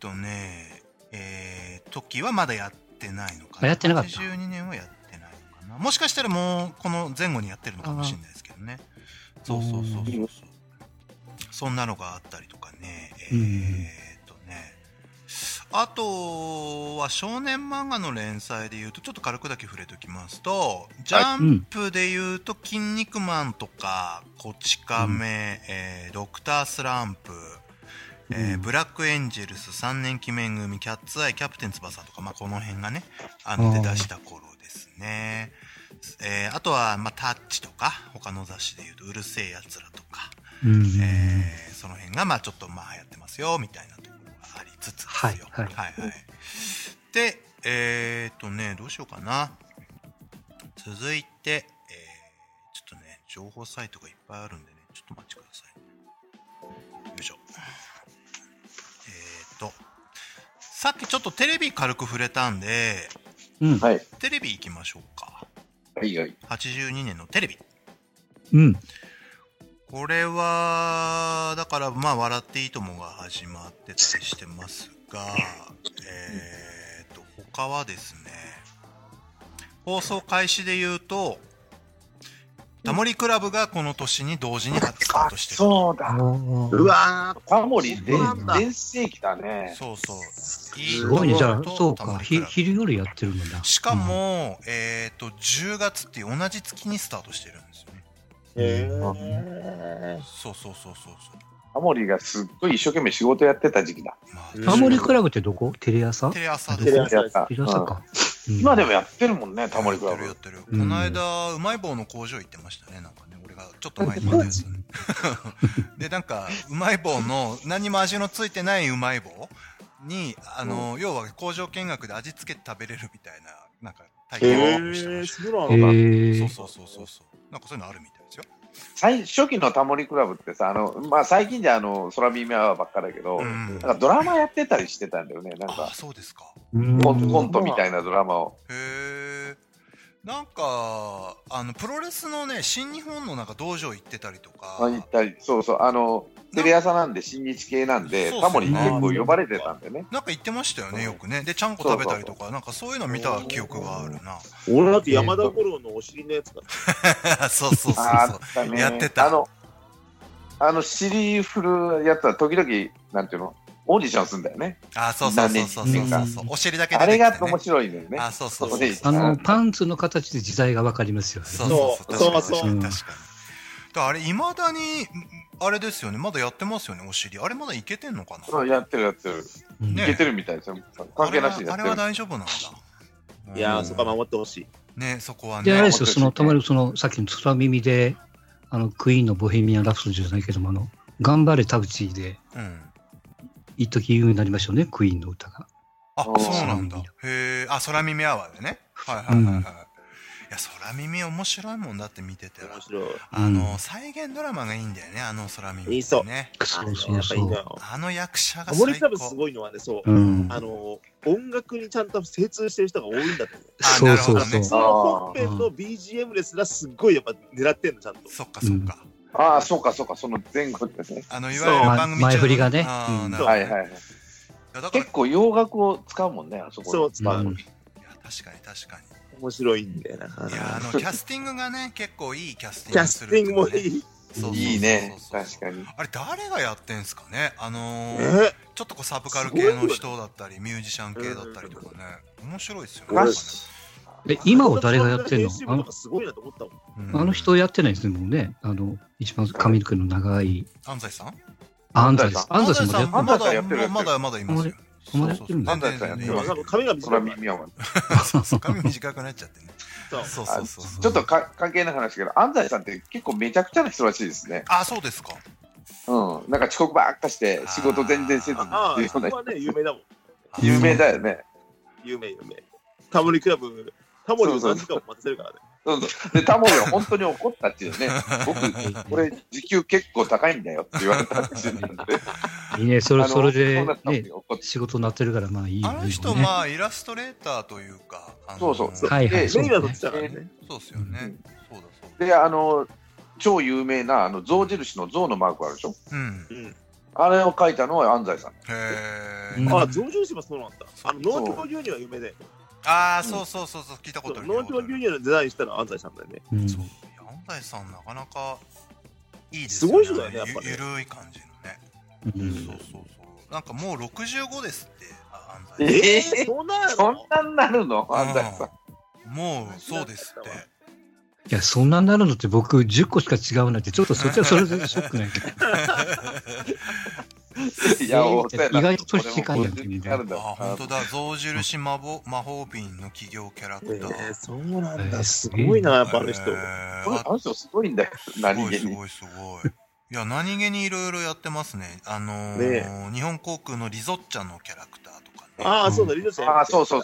時はまだやってないのかな。 やってなかった。 82年はやってないのかな。もしかしたらもうこの前後にやってるのかもしれないですけどね。そう。そんなのがあったりとかね。あとは少年漫画の連載でいうとちょっと軽くだけ触れておきますと、ジャンプでいうと筋肉マンとかこち亀、ドクタースランプ、ブラックエンジェルス、3年記念組、キャッツアイ、キャプテン翼とか、この辺がね出だした頃ですね。あとはタッチとか他の雑誌でいうとうるせえやつらとか、その辺がちょっと流行ってますよみたいなところがありつつですよ。で、どうしようかな。続いて、ちょっとね、情報サイトがいっぱいあるんでね、ちょっとお待ちください。よいしょ。さっきちょっとテレビ軽く触れたんで、テレビ行きましょうか。82年のテレビ。これはだから笑っていいともが始まってたりしてますが、他はですね、放送開始で言うとタモリクラブがこの年に同時にスタートしてる。 そうだ。 うわー、 タモリ全盛期だね。 そう。 すごいね。じゃあそうか、昼夜やってるんだ。 しかも10月っていう同じ月にスタートしてるんですよね。そう。 タモリがすっごい一生懸命仕事やってた時期だ。 タモリクラブってどこ？テレ朝？ テレ朝です。テレ朝か。 今でもやってるもんね、タモリクラブ。 やってる。この間うまい棒の工場行ってましたね。なんかね、俺がちょっと前に見たやつね。で、なんかうまい棒の何も味のついてないうまい棒に要は工場見学で味付けて食べれるみたいななんか体験をしてました。そう。なんかそういうのあるみたいですよ。 初期のタモリクラブってさ、最近じゃ空耳アワーばっかだけど、なんかドラマやってたりしてたんだよね。なんかそうですか。 コントみたいなドラマを。 なんかプロレスのね、新日本のなんか道場行ってたりとか。 行ったり、そう。テレ朝なんで新日系なんで、タモリ結構呼ばれてたんだよね。 なんか言ってましたよね、よくね。で、ちゃんこ食べたりとか、なんかそういうの見た記憶があるな。 俺だって山田五郎のお尻のやつだ。 そう。やってた。 尻振るやつは時々、なんていうの、オーディションするんだよね。 そう。お尻だけで。あれが面白いんだよね。 そう。 パンツの形で時代がわかりますよね。 そう。確かに。あれ、未だに、あれですよね。まだやってますよね、お尻。あれまだいけてんのかな？ やってる。いけてるみたいですよ。関係なしでやってる。 あれは大丈夫なんだ。 いやー、そこは守ってほしい。 ね、そこはね。 で、あれですよ、たまにさっきの空耳で、クイーンのボヘミアン・ラプソディじゃないけども、頑張れ田淵で、一時有名になりましたよね、クイーンの歌が。 そうなんだ。へえ、空耳アワーでね。はい。 や、空耳面白いもんだって見てて。 面白い。 再現ドラマがいいんだよね、空耳。 いいそう。 ね。 そうそうそう。 役者が最高。森クラブすごいのはね、そう。音楽にちゃんと精通してる人が多いんだと思う。 そうそうそう。 その本編の BGM ですらすっごいやっぱ狙ってんの、ちゃんと。 そっかそっか。 ああ、そうかそうか、その前後ですね。 いわゆる番組前振りがね。 はいはい。結構洋楽を使うもんね、あそこ。 そう、使う。 いや、確かに確かに。 面白いんだよな。 いや、キャスティングがね、結構いいキャスティング。 キャスティングもいい。 いいね、確かに。 あれ、誰がやってんすかね。ちょっとサブカル系の人だったり、ミュージシャン系だったりとかね。面白いですよね。 今を誰がやってんの？ すごいなと思ったもん。あの人やってないですね、もうね。一番髪の毛の長い。 安西さん？ 安西さん。安西さんまだいますよ。 そうそうそう。 髪が短い。 髪短くなっちゃってね。そうそうそう。 ちょっと関係ない話だけど、安西さんって結構めちゃくちゃな人らしいですね。 あ、そうですか。 なんか遅刻ばっかして仕事全然せずにっていうそこはね、有名だもん。 有名だよね。 有名。タモリクラブ、タモリを何時間も待たせるからね。 で、タモリは本当に怒ったっていうね。僕、これ時給結構高いんだよって言われたんですよ。 いいね、それで仕事になってるからまあいいよね。 あの人イラストレーターというか、 そうそう。 はいはい。 メインはどっちだからね。 そうですよね。そうだ。で、超有名な象印の象のマークあるでしょ。あれを描いたのは安西さん。 あ、象印もそうなんだ。農協牛乳は有名で。 ああ、そう聞いたことある。 農協牛乳のデザインしたら安西さんだよね。 そう。安西さんなかなかいいですすごい人だよね、やっぱり。 ゆるい感じのね。そう。なんかもう65ですって、安西さん。そんなんなるの安西さん。もうそうですって。 いや、そんなになるのって僕10個しか違うなんて、ちょっとそっちはそれでショックないけど。 いや、 意外と年近いやつみたいな。 あ、本当だ。象印魔法瓶の企業キャラクター。 そうなんだ。すごいな、やっぱあの人。 あの人すごいんだよ。何気に。 すごい。いや、何気にいろいろやってますね。日本航空のリゾッチャのキャラクターとかね。 ああ、そうだ、リゾッチャ。 ああ、そう。い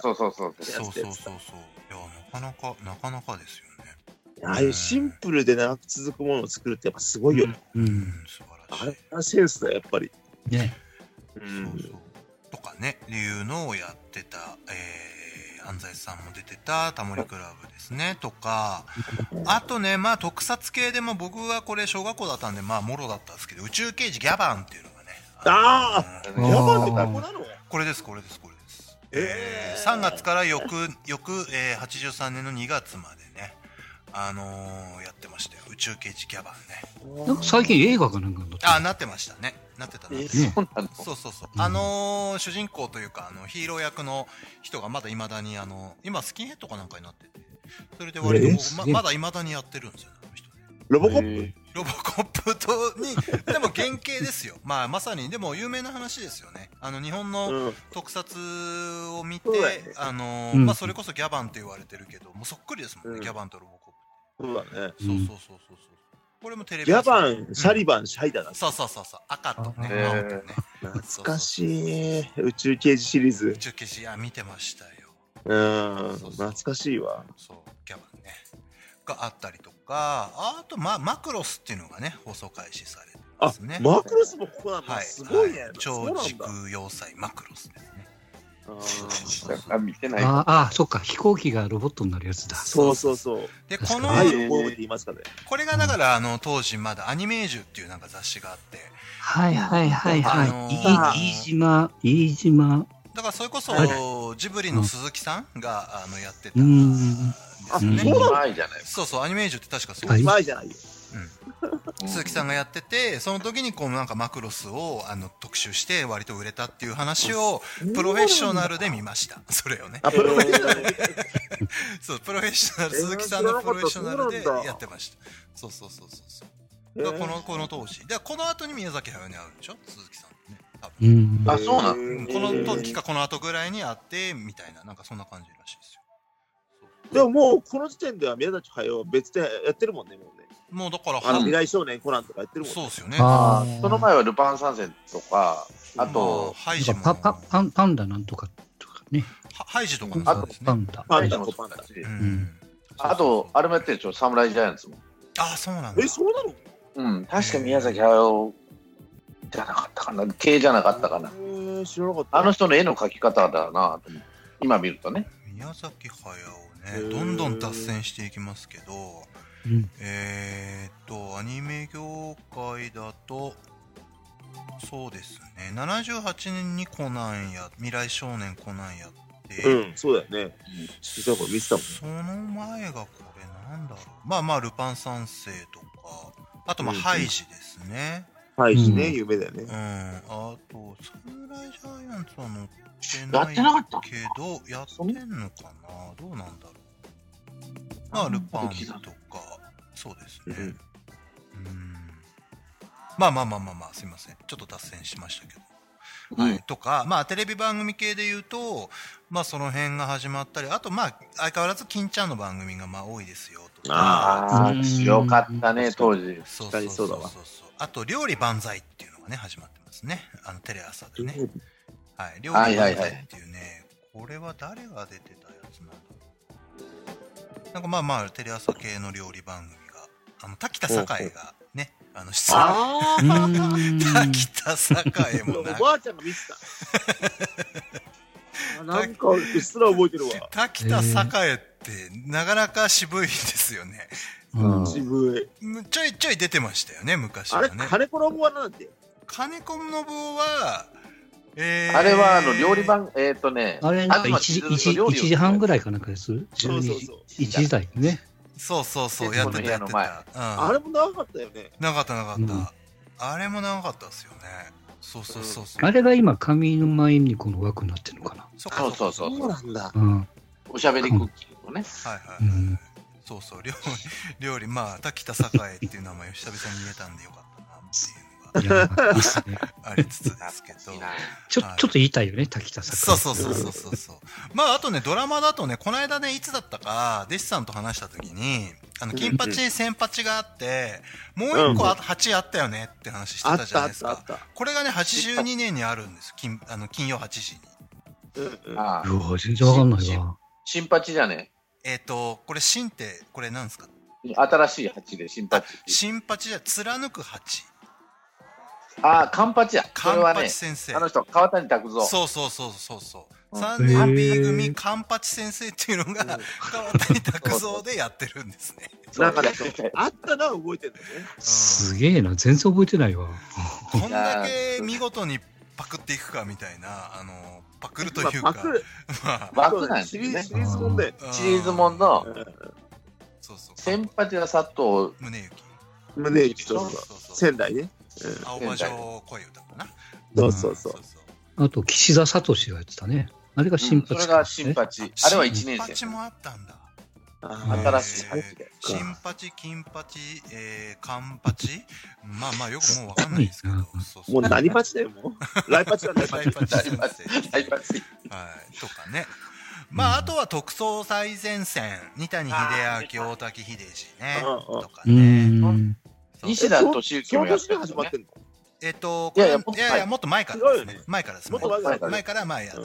や、なかなかですよね。 ああいうシンプルで長く続くものを作るってやっぱすごいよね。 素晴らしい。 あれはセンスだよ、やっぱり。 ね。 そうとかね、いうのをやってた、安西さんも出てたタモリクラブですね、とか、あとね、特撮系でも僕はこれ小学校だったんで、もろだったんですけど、宇宙刑事ギャバンっていうのがね。 ああ、ギャバンってここなの？ これです。3月から翌83年の2月までね、やってましたよ。宇宙刑事ギャバンね。 なんか最近映画かなんかになってた。なってましたね。なってた。 そう。 主人公というかヒーロー役の人がまだ未だに今スキンヘッドかなんかになってて、それで割とまだ未だにやってるんですよね、あの人ね。 ロボコップにでも原型ですよ。まさにでも有名な話ですよね。日本の特撮を見て、それこそギャバンって言われてるけど、もうそっくりですもんね、ギャバンとロボコップ。 そうだね。 そう。これもテレビ。 ギャバン、シャリバン、シャイダだ。 そう。赤とね、青とね。 懐かしい。宇宙刑事シリーズ。 宇宙刑事、見てましたよ。 懐かしいわ。 そう、ギャバンね。があったりとか、あと、マクロスっていうのがね、放送開始されてますね。 マクロスもここなんだ。すごいね。 超時空要塞マクロスですね。 見てない。 そっか、飛行機がロボットになるやつだ。 そう。 で、 これがだから当時まだアニメージュっていうなんか雑誌があって。 はい。飯島。 だからそれこそジブリの鈴木さんがやってたんですよね。そう、アニメージュって確かそう。 前じゃないよ。 鈴木さんがやってて、その時になんかマクロスを特集して割と売れたっていう話をプロフェッショナルで見ました。それをね。 プロフェッショナル。 そう、プロフェッショナル、鈴木さんのプロフェッショナルでやってました。そう。この当時。で、この後に宮崎駿に会うでしょ、鈴木さんね。多分。 そうなの？ この時かこの後ぐらいに会ってみたいな、なんかそんな感じらしいですよ。 でももうこの時点では宮崎駿は別でやってるもんね、もうね。 もうだから未来少年コナンとかやってるもんね。 そうですよね。 その前はルパン三世とか、あとハイジもパンダなんとかね。 ハイジとかもそうですね。 パンダ。 あと、あれもやってるでしょ、侍ジャイアンツも。 あ、そうなんだ。 そうなの？ うん、確か宮崎駿じゃなかったかな、系じゃなかったかな。 知らなかった。 あの人の絵の描き方だなと思って、今見るとね。 宮崎駿ね、どんどん脱線していきますけど、アニメ業界だと、そうですね、78年にコナンや、未来少年コナンやって、 そうだよね。見てたもん。 その前がこれなんだろう。まあ、ルパン三世とか、あとハイジですね。 ハイジね、有名だよね。 あと、侍ジャイアンツは乗ってないけど、やってんのかな、どうなんだろう。ルパンとか、そうですね。まあ、すいません。ちょっと脱線しましたけど。とか、テレビ番組系で言うと、その辺が始まったり、あと、相変わらず金ちゃんの番組が多いですよ、とか。 強かったね、当時。 そうだわ。あと、料理万歳っていうのがね、始まってますね。テレ朝でね。はい。料理万歳っていうね、これは誰が出てたやつなんだろう。なんかテレ朝系の料理番組が、滝田栄がね、出演。滝田栄もおばあちゃんが見てた。なんか、うっすら覚えてるわ。 滝田栄ってなかなか渋いですよね。 渋い。 ちょいちょい出てましたよね、昔はね。 あれ、金子のぶはなんて？ 金子のぶは、 あれは料理番、 あれなんか1時半ぐらいかなんかです。 そう。 1時台ね。 そう、やってた。 あれも長かったよね。 長かった。あれも長かったですよね。そう。 あれが今、上沼恵美子の枠になってるのかな。 そうなんだ。 おしゃべりクッキーのね。 はい。そう、料理、滝田栄っていう名前を久々に言えたんでよかったなっていうのがありつつですけど。 ちょっと言いたいよね、滝田栄。 そう。あとね、ドラマだとね、この間ね、いつだったか、弟子さんと話したときに、金八、千八があって、もう一個8あったよねって話してたじゃないですか。これがね、82年にあるんです。金曜8時に。 全然わかんないわ。 新八じゃね。 これ、新って、これなんですか？ 新しい八で新八。 新八じゃ、貫く八。 カンパチや。 カンパチ先生。 あの人、川谷拓三。 そう。3年 B 組カンパチ先生っていうのが、川谷拓三でやってるんですね。 なんかね、あったな、覚えてるんだよね。 すげえな、全然覚えてないわ。 こんだけ見事にパクっていくかみたいな、パクるというか。 パクなんですね。 シリーズもんで。 シリーズもんの、先発が佐藤宗行と仙台ね。 青葉城恋歌かな。 そう。 あと、岸田聡がやってたね。あれが新八。 それが新八。あれは1年生。 新八もあったんだ。 新しい八で。 新八、金八、カ八。よくもうわかんないですけど。もう何八だよ、もう。来八は来八。 来八。はい。とかね。あとは特捜最前線、二谷秀明、大滝秀治ね。とかね。 西田敏行もやってる。 始まってんの？ いや、もっと前からですね。前からです。前から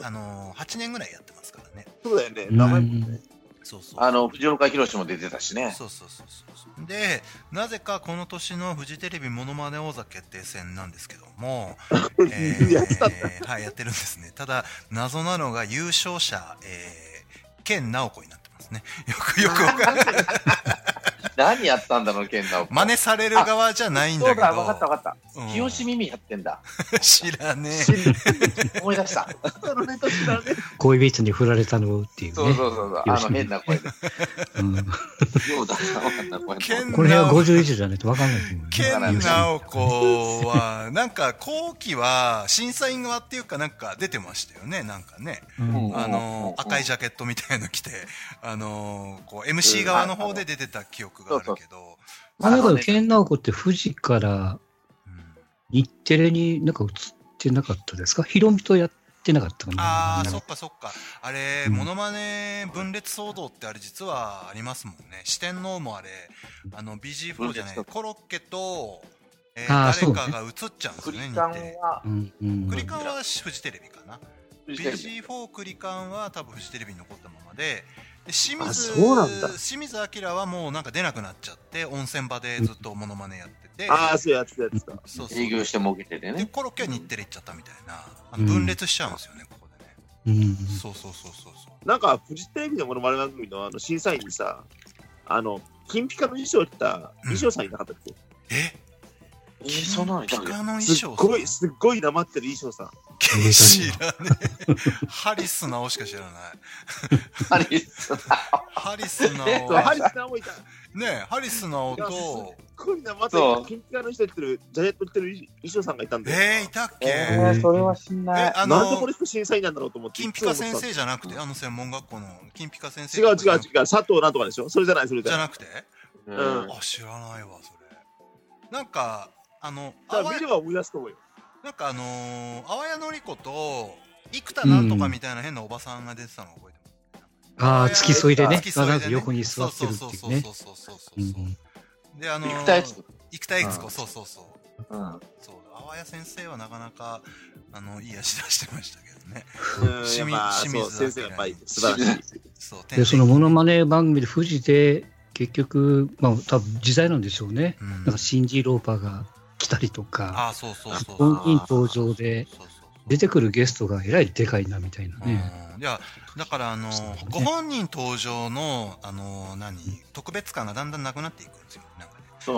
8年ぐらいやってますからね。 そうだよね。名前もね。 藤岡弘も出てたしね。 そう。で、なぜかこの年のフジテレビモノマネ王座決定戦なんですけども、はい、やってるんですね。ただ、謎なのが優勝者、健直子になってますね。よくわかんない。 何やったんだろう、健直子。 真似される側じゃないんだけど。そうだ、 わかった。清志耳やってんだ。 知らねえ。思い出した。 恋人に振られたのっていうね。 そう。変な声で。これは50以上じゃないとわかんないと思う。 健直子は、なんか後期は審査員側っていうかなんか出てましたよね、なんかね。赤いジャケットみたいの着て、MC 側の方で出てた記憶があるけど。 だから健直子って富士から日テレになんか映ってなかったですか？ヒロミとやってなかったかな。 そっか。あれ、モノマネ分裂騒動ってあれ実はありますもんね。四天王もあれ、BG4 じゃない、コロッケと、誰かが映っちゃうんですよね、日テレ。クリカンはフジテレビかな。BG4 クリカンは多分フジテレビに残ったままで、 清水明はもうなんか出なくなっちゃって、温泉場でずっとモノマネやってて。 そうやってたやつか。 営業して儲けててね。 で、コロッケは日テレ行っちゃったみたいな。分裂しちゃうんですよね、ここでね。そう。 なんか、フジテレビのモノマネ番組の審査員にさ、金ピカの衣装を着た衣装さんいなかったっけ？ そんなのいたっけ？すっごいなまってる衣装さん。 知らねえ。ハリスナオしか知らない。 ハリスナオいた。 ねえ、ハリスナオと。 すっごいなまってる。金ピカの人ってる、ジャケット着てる衣装さんがいたんだよ。 いたっけ？ それは知んない。 なんでこれ審査員なんだろうと思って。 金ピカ先生じゃなくて、専門学校の金ピカ先生。 違う。佐藤なんとかでしょ？それじゃない、それじゃなくて？知らないわ、それ。なんか、 見れば思い出すと思うよ。 なんか淡谷のり子と生田なんとかみたいな変なおばさんが出てたの覚えてます。付き添いでね。横に座ってるっていうね。 で、生田悦子、そう。淡谷先生はなかなか、いい足出してましたけどね。清水先生がやっぱり素晴らしい。 で、そのモノマネ番組で富士で、結局、多分時代なんでしょうね。なんかシンジ・ローパーが来たりとか、本人登場で出てくるゲストがえらいでかいなみたいなね。 いや、だからご本人登場の特別感がだんだんなくなっていくんですよ。なんかね。 そう。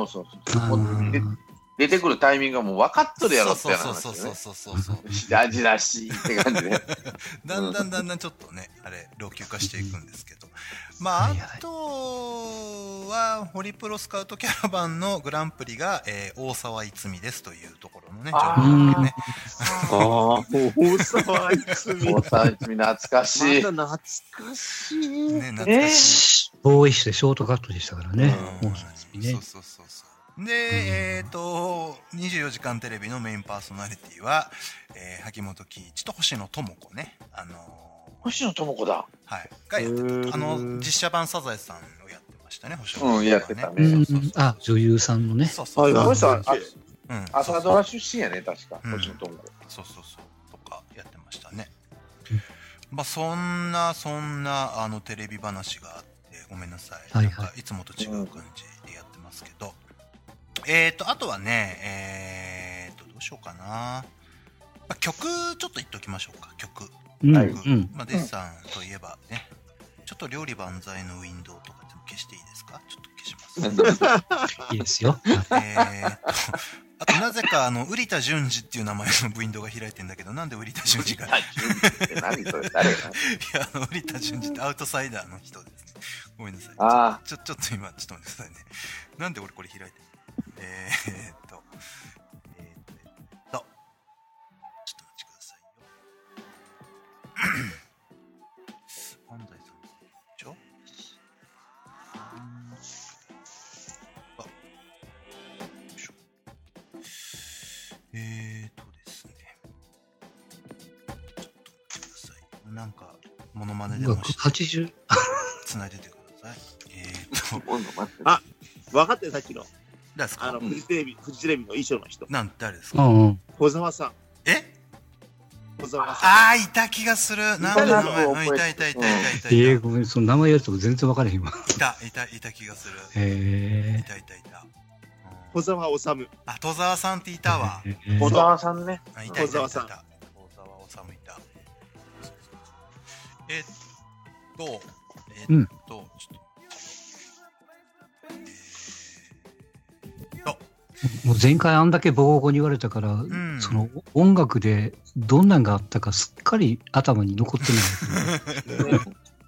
出てくるタイミングがもう分かっとるやろって話ですよね。そう。じらしいって感じで。 だんだんちょっとね、老朽化していくんですけど。あとは、ホリプロスカウトキャラバンのグランプリが、大沢いつみですというところのね、情報ね。 大沢いつみ。 大沢いつみ懐かしい。 懐かしい。 ね、懐かしい。 ボーイッシュでショートカットでしたからね。 そう。で、24時間テレビのメインパーソナリティは、萩本欽一と星野智子ね。 星野智子だ。 はい。がやってた。実写版サザエさんをやってましたね、星野智子。やってたね。 女優さんのね。 そう。朝ドラ出身やね、確か。星野智子。 そう。とかやってましたね。そんな、テレビ話があって、ごめんなさい。なんか、いつもと違う感じでやってますけど。あとはね、どうしようかな。曲、ちょっと言っておきましょうか、曲。デッサンといえばね、ちょっと料理万歳のウィンドウとか消していいですか？ちょっと消します。 いいですよ。 あと、なぜか、瓜田淳二っていう名前のウィンドウが開いてんだけど、なんで瓜田淳二が。 何それ、誰が？いや、瓜田淳二ってアウトサイダーの人ですね。ごめんなさい。ちょっと今、ちょっと待ってくださいね。なんで俺これ開いてんの？ちょっとお待ちくださいよ。安西さんでしょ？よいしょ。ですね。ちょっと待ってください。なんか、モノマネでもして。繋いでてください。 分かってる、さっきの。 誰ですか？ フジテレビの衣装の人。 誰ですか？ 小沢さん。小沢さん。いた気がする。なんか名前、いた。 ごめん、その名前やると全然分からへんわ。 いた気がする。いた。 小沢治。 戸沢さんっていたわ。 小沢さんね。 小沢さん。小沢治いた。ちょっと。 もう前回あんだけボコボコに言われたから、その音楽でどんなんがあったかすっかり頭に残ってない。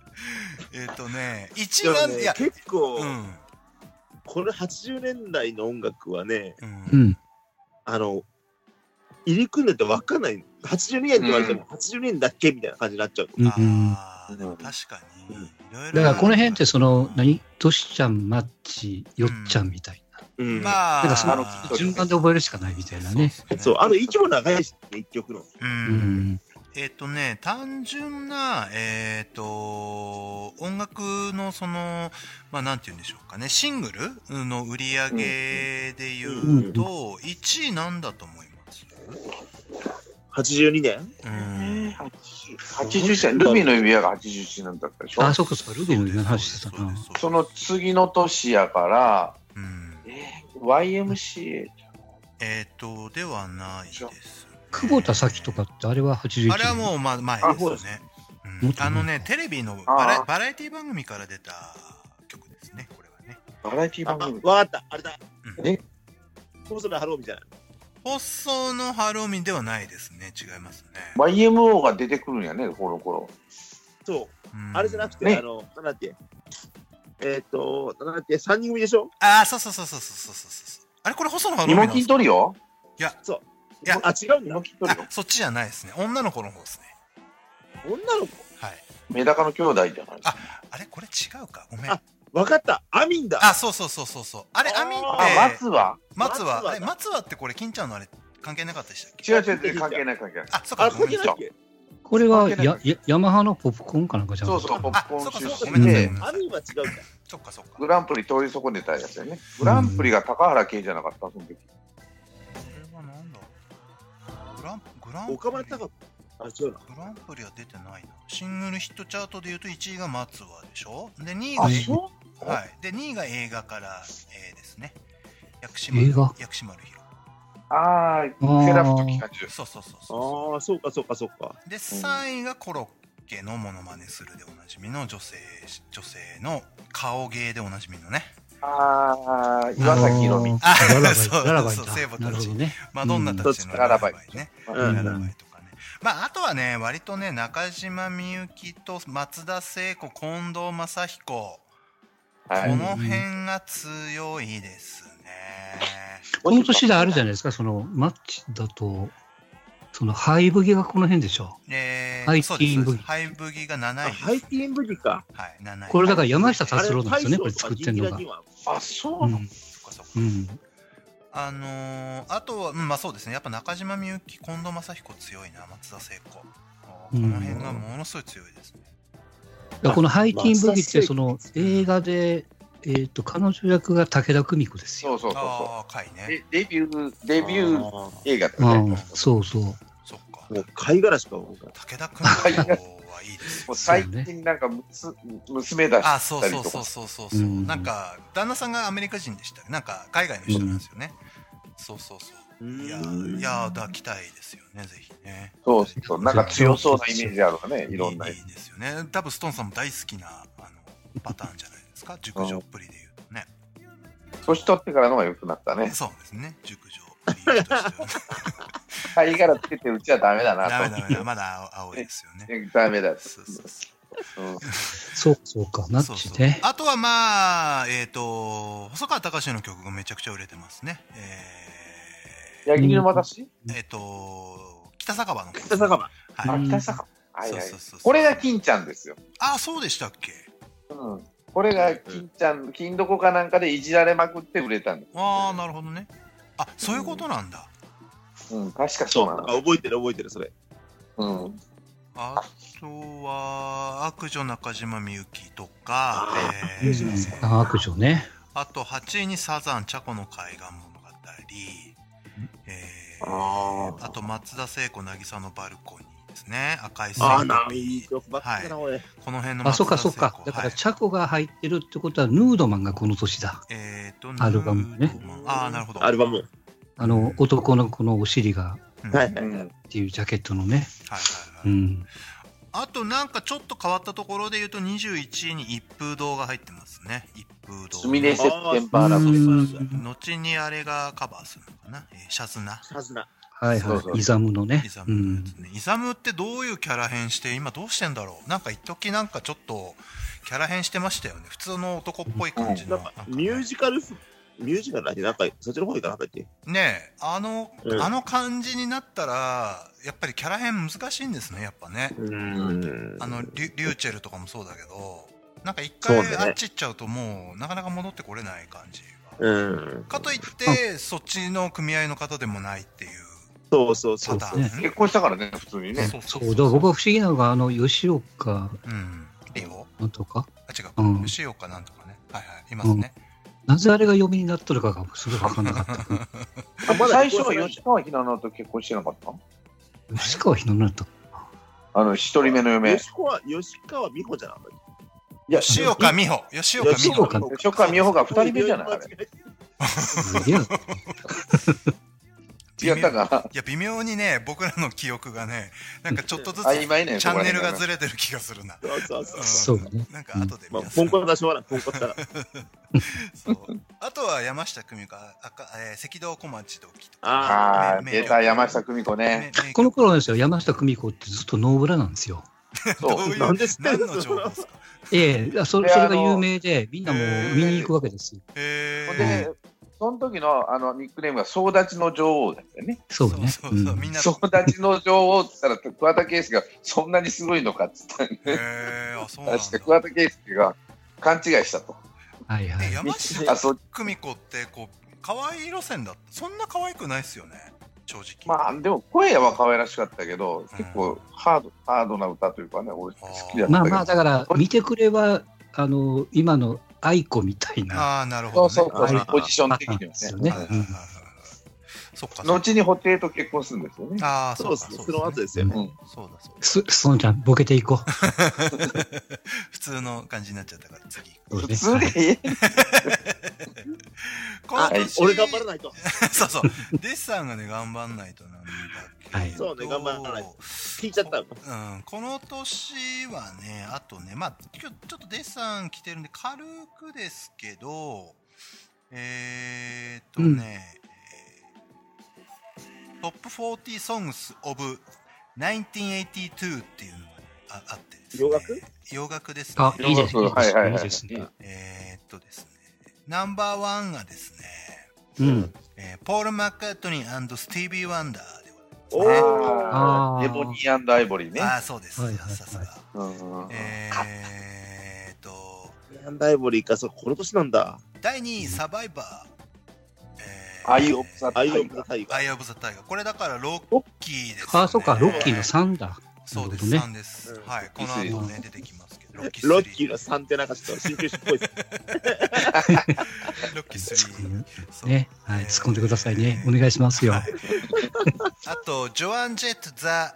一番、いや、 結構、これ80年代の音楽はね、入り組んでて分かんない。82年って言われても82年だっけみたいな感じになっちゃう。 でも確かに。 だからこの辺ってトシちゃん、マッチ、よっちゃんみたいな。だからその順番で覚えるしかないみたいなね。 そう、息も長いしね、一曲の。 単純な、音楽のなんて言うんでしょうかね、シングルの売り上げで言うと、1位なんだと思います 82年 ?81 年。ルビーの指輪が81年だったでしょ。 あ、そっかそっか、ルビーの指輪の話してたな。 その次の年やから、YMCA ではないです。 久保田早紀とかってあれは81年。 あれはもう前ですね。テレビのバラエティ番組から出た曲ですね、これはね。 バラエティ番組。 わかった、あれだ。細野晴臣じゃない。 細野晴臣ではないですね、違いますね。 YMO が出てくるんやね、この頃。 そう。あれじゃなくて、なんだっけ。なんだっけ、3人組でしょ。 ああ、そう。あれこれ細野晴臣なんですか。 芋筋トリオ？ いや、 そう。いや、違うんだ。 そっちじゃないですね。女の子の方ですね。 女の子？ はい。 メダカの兄弟じゃないですか。 あれこれ違うか。ごめん。 わかった。アミンだ。 そう。あれ、アミンって。松はってこれ、金ちゃんのあれ、関係なかったでしたっけ？ 違う、関係ない。 あ、そっか、 関係ないっけ？ これはヤマハのポップコーンかなんかじゃん。 そう、ポップコーン出身で。 アミンは違うんだ。 そっか。 グランプリ通り損ねたやつだよね。グランプリが高原圭じゃなかった、その時。 これはなんだグランプリ。 岡村隆史。違うな。 グランプリは出てないな。シングルヒットチャートでいうと1位が松はでしょ。で、2位がはい。で、2位が映画からですね。薬師丸ひろ。 セラフと機関銃。 そう。 そうか。 で、3位がコロッケのモノマネするでおなじみの女性の顔芸でおなじみのね。 岩崎宏美。 ララバイ聖母たち。マドンナたちのララバイね。ララバイとかね。まあ、あとはね、割とね、中島みゆきと松田聖子、近藤正彦。この辺が強いですね。 この年であるじゃないですか、そのマッチだと、そのハイブギがこの辺でしょ。 ハイティーンブギ。ハイブギが7位です。 ハイティーンブギか。 はい、7位。 これだから山下達郎なんですよね、これ作ってんのが。 そうなの？ あとは、まあそうですね。やっぱ中島みゆき、近藤正彦強いな、松田聖子。この辺がものすごい強いですね。 このハイティーンブギってその映画で、彼女役が武田久美子ですよ。 そう。 ね、 デビュー映画だね。 そう。 そっか。 もう貝殻しか武田久美子はいいですよ。 最近なんか娘だったりとか。 そう。なんか旦那さんがアメリカ人でした。なんか海外の人なんですよね。そう。いや抱きたいですよね、ぜひね。 そう。なんか強そうなイメージあるわね、いろんな。 いいですよね。多分ストーンさんも大好きなパターンじゃないですか、熟女っぷりでいうとね。 年取ってからのが良くなったね。 そうですね、熟女っぷりとしては。 貝殻つけてうちはダメだなと。 ダメ、まだ青いですよね。 ダメだ。 そうか、ナッチね。 あとはまあ、細川たかしの曲がめちゃくちゃ売れてますね。 矢切の私？ 北酒場の。 北酒場。 北酒場。これが金ちゃんですよ。 そうでしたっけ？ これが金ちゃん、金どこかなんかでいじられまくって売れたんです。 なるほどね。そういうことなんだ。 確かそうなんだ。 覚えてる、それ。 あとは、悪女中島みゆきとか、 悪女ね。 あと、8位にサザン、チャコの海岸物語。あと、松田聖子、渚のバルコニーですね。赤いスイートピー。この辺の松田聖子。そうか。だから、チャコが入ってるってことは、ヌードマンがこの年だ。アルバムね。 なるほど。 アルバム。 男の子のお尻が、っていうジャケットのね。 あとなんかちょっと変わったところで言うと21位に一風堂が入ってますね。一風堂。 スミレセッテンバーラブ。 後にあれがカバーするのかな。シャズナ。 イザムのね。 イザムってどういうキャラ変して今どうしてんだろう。なんか一時なんかちょっとキャラ変してましたよね。普通の男っぽい感じの。 ミュージカルなんかそっちの方がいいかなったっけ？ ねえ、あの感じになったらやっぱりキャラ変難しいんですね、やっぱね。リューチェルとかもそうだけど、なんか一回あっち行っちゃうともうなかなか戻ってこれない感じかといってそっちの組合の方でもないっていうそうパターンね。 結婚したからね、普通にね。 そうだから僕は不思議なのが吉岡リオなんとか違う吉岡なんとかね。いますね。 なぜあれが読みになっとるかがすごい分かんなかった。 最初は吉川ひなのと結婚してなかった？ 吉川ひなのだった一人目の嫁。 吉川美穂じゃなかった。 いや、吉岡美穂。吉岡美穂が二人目じゃない？違ったか。 いや、微妙にね、僕らの記憶がね、なんかちょっとずつチャンネルがずれてる気がするな。 そうね。 なんか後で。 ポンコツ出し終わらん、ポンコツだ。 あとは山下久美子、赤道小町同期とか。 ああ、出た山下久美子ね。 この頃ですよ、山下久美子ってずっとノーブラなんですよ。 そう。何の情報ですか？ それが有名で、みんなもう見に行くわけですよ。 で、その時のニックネームが総立ちの女王だったよね。 そうね。 総立ちの女王って言ったら、桑田佳祐がそんなにすごいのかって言ったね。確か桑田佳祐が勘違いしたと。 はいはい。山下久美子ってこう可愛い路線だった。そんな可愛くないですよね。正直。 まあでも声は可愛らしかったけど、結構ハードな歌というかね、俺好きだったけど。 まあだから見てくれは今の愛子みたいな。 ああ、なるほど。 そう、ポジション的にはね。 そっか。 後に布袋と結婚するんですよね。 ああ、そうですね。その後ですよね。 そうだ。 そのちゃん、ボケていこう。 普通の感じになっちゃったから、次。 普通で言え俺頑張らないと。 そう。デッサンがね、頑張んないとなんだけど。 そうね、頑張らないと。聞いちゃった。 この年はね、あとね、まあ、今日ちょっとデッサン来てるんで、軽くですけど、トップ40 Songs of 1982っていうのがあってですね。洋楽ですね。 いいですね。 はい。 ですね、ナンバーワンがですね、ポール・マッカートニー&スティービー・ワンダーでございますね。 エボニー&アイボリーね。 ああ、そうです。さすが。 アイボリーか、そう、この年なんだ。 第2位、サバイバー。 アイオブザタイガー。これだからロッキーですね。 あ、そうか、ロッキーの3だ。 そうです、3です。はい、この後ね、出てきますけど。 ロッキーの3ってなんかちょっと新旧種っぽいです。 ロッキー3。 ね、はい、突っ込んでくださいね。お願いしますよ。 あと、ジョアン・ジェット・ザ・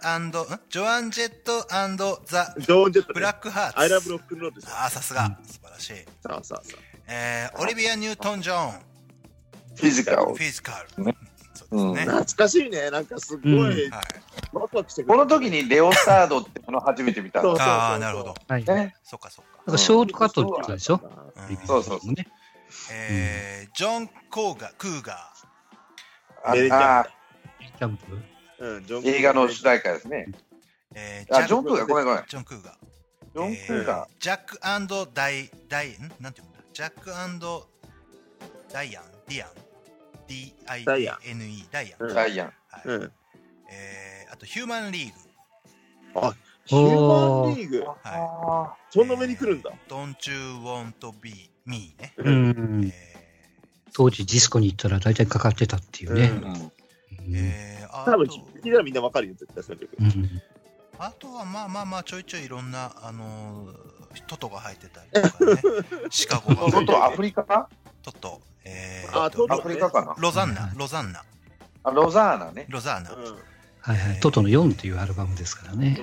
ブラック・ハーツ。 アイラブ・ロックンロールです。 あ、さすが。素晴らしい。 そう。 オリビア・ニュートン・ジョーン。 フィジカル。 懐かしいね。なんかすごい。ワクワクしてくる。 この時にレオタードって初めて見た。 ああ、なるほど。そっか。 なんかショートカットってことでしょ。 そう。 ジョン・クーガー。 キャンプ。 映画の主題歌ですね。ジョン・クーガー、ごめん。 ジョン・クーガー。 ジャック&なんていうんだ。ジャック&ダイアン D-I-A-N-E ダイアン。あとヒューマンリーグ。 ヒューマンリーグ。そんな目に来るんだ。 Don't you want to be me ね。 当時ディスコに行ったら大体かかってたっていうね。 多分聞いたらみんなわかるよ絶対それ。 あとはまあちょいちょいいろんなトトが入ってたりとかね。シカゴが。 トトアフリカか？ トト。 アフリカかな？ ロザンナ。 ロザーナね。 ロザーナ。 はいはい。トトの4っていうアルバムですからね。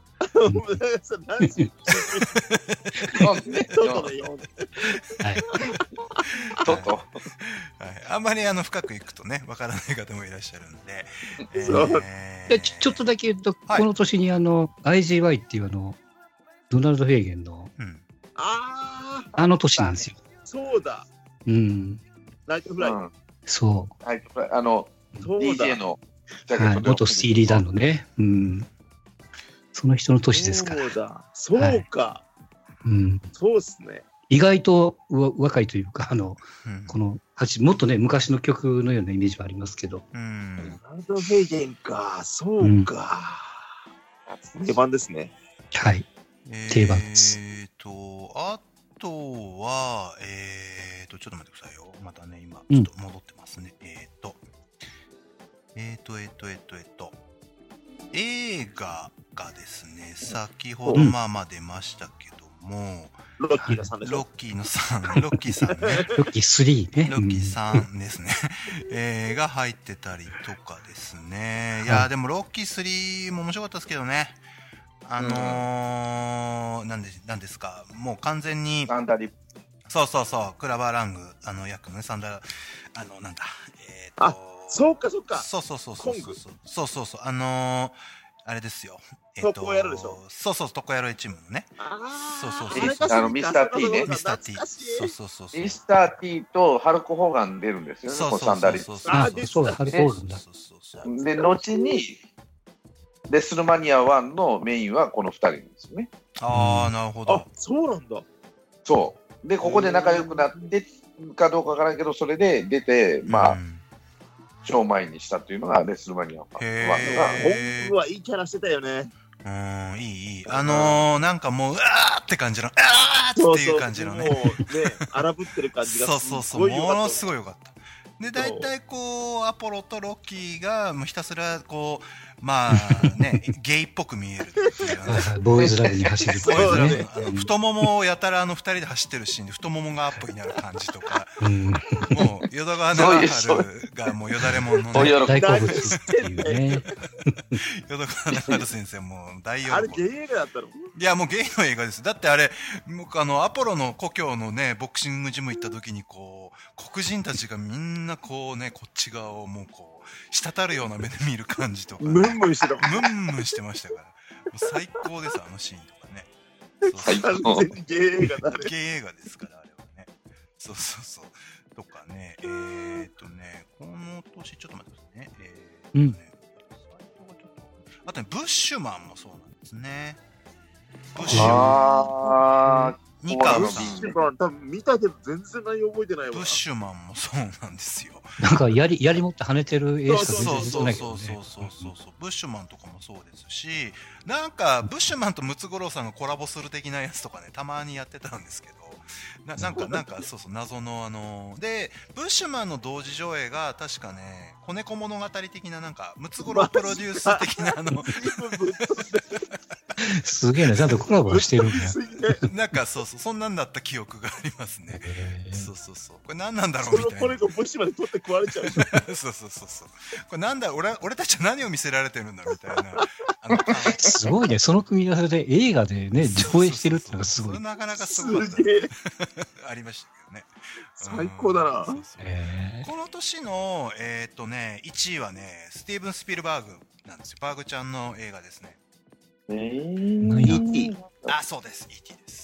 あんまり深くいくとねわからない方もいらっしゃるんで、 ちょっとだけ言うとこの年にIGY っていうドナルド・フェーゲンのあの年なんですよ。 そうだ。ナイトフライ。 そう。 DJ の元スティーリー・ダンのね。その人の年ですから。 そうか。そうっすね。 意外と若いというか、この、もっとね、昔の曲のようなイメージはありますけど。 ナルド・フェイゲンか、そうか。定番ですね。 はい。定番です。 あとは、ちょっと待ってくださいよ。またね、今、ちょっと戻ってますね。映画がですね、先ほど出ましたけども、 ロッキーの3でしょ。 ロッキーの3、ロッキーさんね。 ロッキー3ね。 ロッキー3ですね。が入ってたりとかですね。いや、でもロッキー3も面白かったですけどね。なんですか、もう完全に、 サンダーリップ。 そうそうそう、クラバーラング、役のね、サンダー、なんだ、 そうか、そうか。 そうそうそうそう。 コング。 そうそうそう、あれですよ。 特攻やるでしょ。 そうそう、特攻やるチームのね。そうそうそう。 ミスター T ね。 ミスター T。そうそうそう。 ミスター T とハルク・ホーガン出るんですよね、 そうサンダーリップ。 そうだ、ハルク・ホーガンだ。 で、後に、レスルマニア1のメインはこの2人ですよね。 ああ、なるほど。 あ、そうなんだ。 そう。で、ここで仲良くなってかどうかわからんけど、それで出て、まあ、超前にしたというのがレスルマニア1が。 本部はいいキャラしてたよね。 いい。なんかもう、うわーって感じの、うわーっていう感じのね。 もうね、荒ぶってる感じがそう、ものすごいよかった。で、大体こう、アポロとロッキーが、ひたすらこう、まあね、ゲイっぽく見えるっていうボーイズラインに走るっていうね。 太ももをやたら二人で走ってるシーンで太ももがアップになる感じとか、もう、淀川長春がもうよだれもんのね、 大好物っていうね。 淀川長春先生も大喜び。 あれゲイ映画だったの？ いや、もうゲイの映画です。だってあれ、アポロの故郷のね、ボクシングジム行った時にこう、黒人たちがみんなこうね、こっち側をもうこう、滴るような目で見る感じとか、ね。 ムンムンしてたもん。ムンムンしてましたから。もう最高です、あのシーンとかね。 最高。 ゲイ映画だね。 ゲイ映画ですから、あれはね。そう。とかね、この年、ちょっと待ってくださいね。あとね、ブッシュマンもそうなんですね。ブッシュマン。ニカさん。 多分見たけど全然内容覚えてないわ。 ブッシュマンもそうなんですよ。 なんか槍持って跳ねてる映像そう。ブッシュマンとかもそうですし、なんかブッシュマンとムツゴロウさんがコラボする的なやつとかね、たまにやってたんですけど、なんかそう謎ので、ブッシュマンの同時上映が確かね、子猫物語的ななんかムツゴロウプロデュース的なすげえな、ちゃんとコラボしてるんだ。 なんかそんなんだった記憶がありますね。そう。これ何なんだろうみたいな。 これがブッシュマンで取って食われちゃう。 そう。これなんだ、俺たちは何を見せられてるんだみたいな。 すごいね、その組み合わせで映画でね、上映してるってのがすごい。 なかなかすごい。ありましたけどね。 最高だな。 この年の、1位はね、スティーブン・スピルバーグなんですよ。バーグちゃんの映画ですね。 E.T. あ、そうです。E.T. です。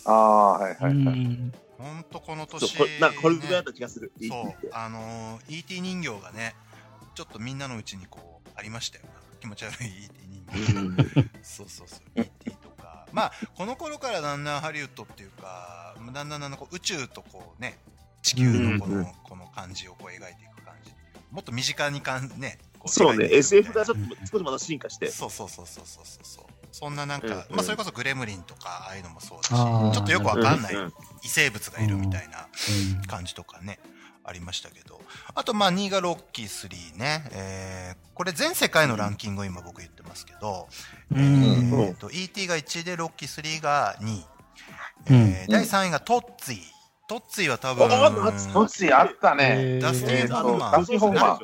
はい。ほんとこの年、 これぐらいだった気がする。 そう、E.T. 人形がね、ちょっとみんなのうちにこう、ありましたよ。気持ち悪い E.T. 人形。そう。E.T. とか。まあ、この頃からだんだんハリウッドっていうか、だんだんこう宇宙とこうね、地球のこの感じをこう描いていく感じ。もっと身近にね、 そうね、SF がちょっと少しまた進化して。 そう。そんななんか、まあそれこそグレムリンとか、ああいうのもそうだし、ちょっとよくわかんない異生物がいるみたいな感じとかね、ありましたけど。あと、まあ2位がロッキー3ね。これ全世界のランキングを今僕言ってますけど、E.T. が1位でロッキー3が2位。第3位がトッツィ。トッツィは多分、 トッツィあったね。 ダスティー・ホンマン。 ダスティー・ホンマン。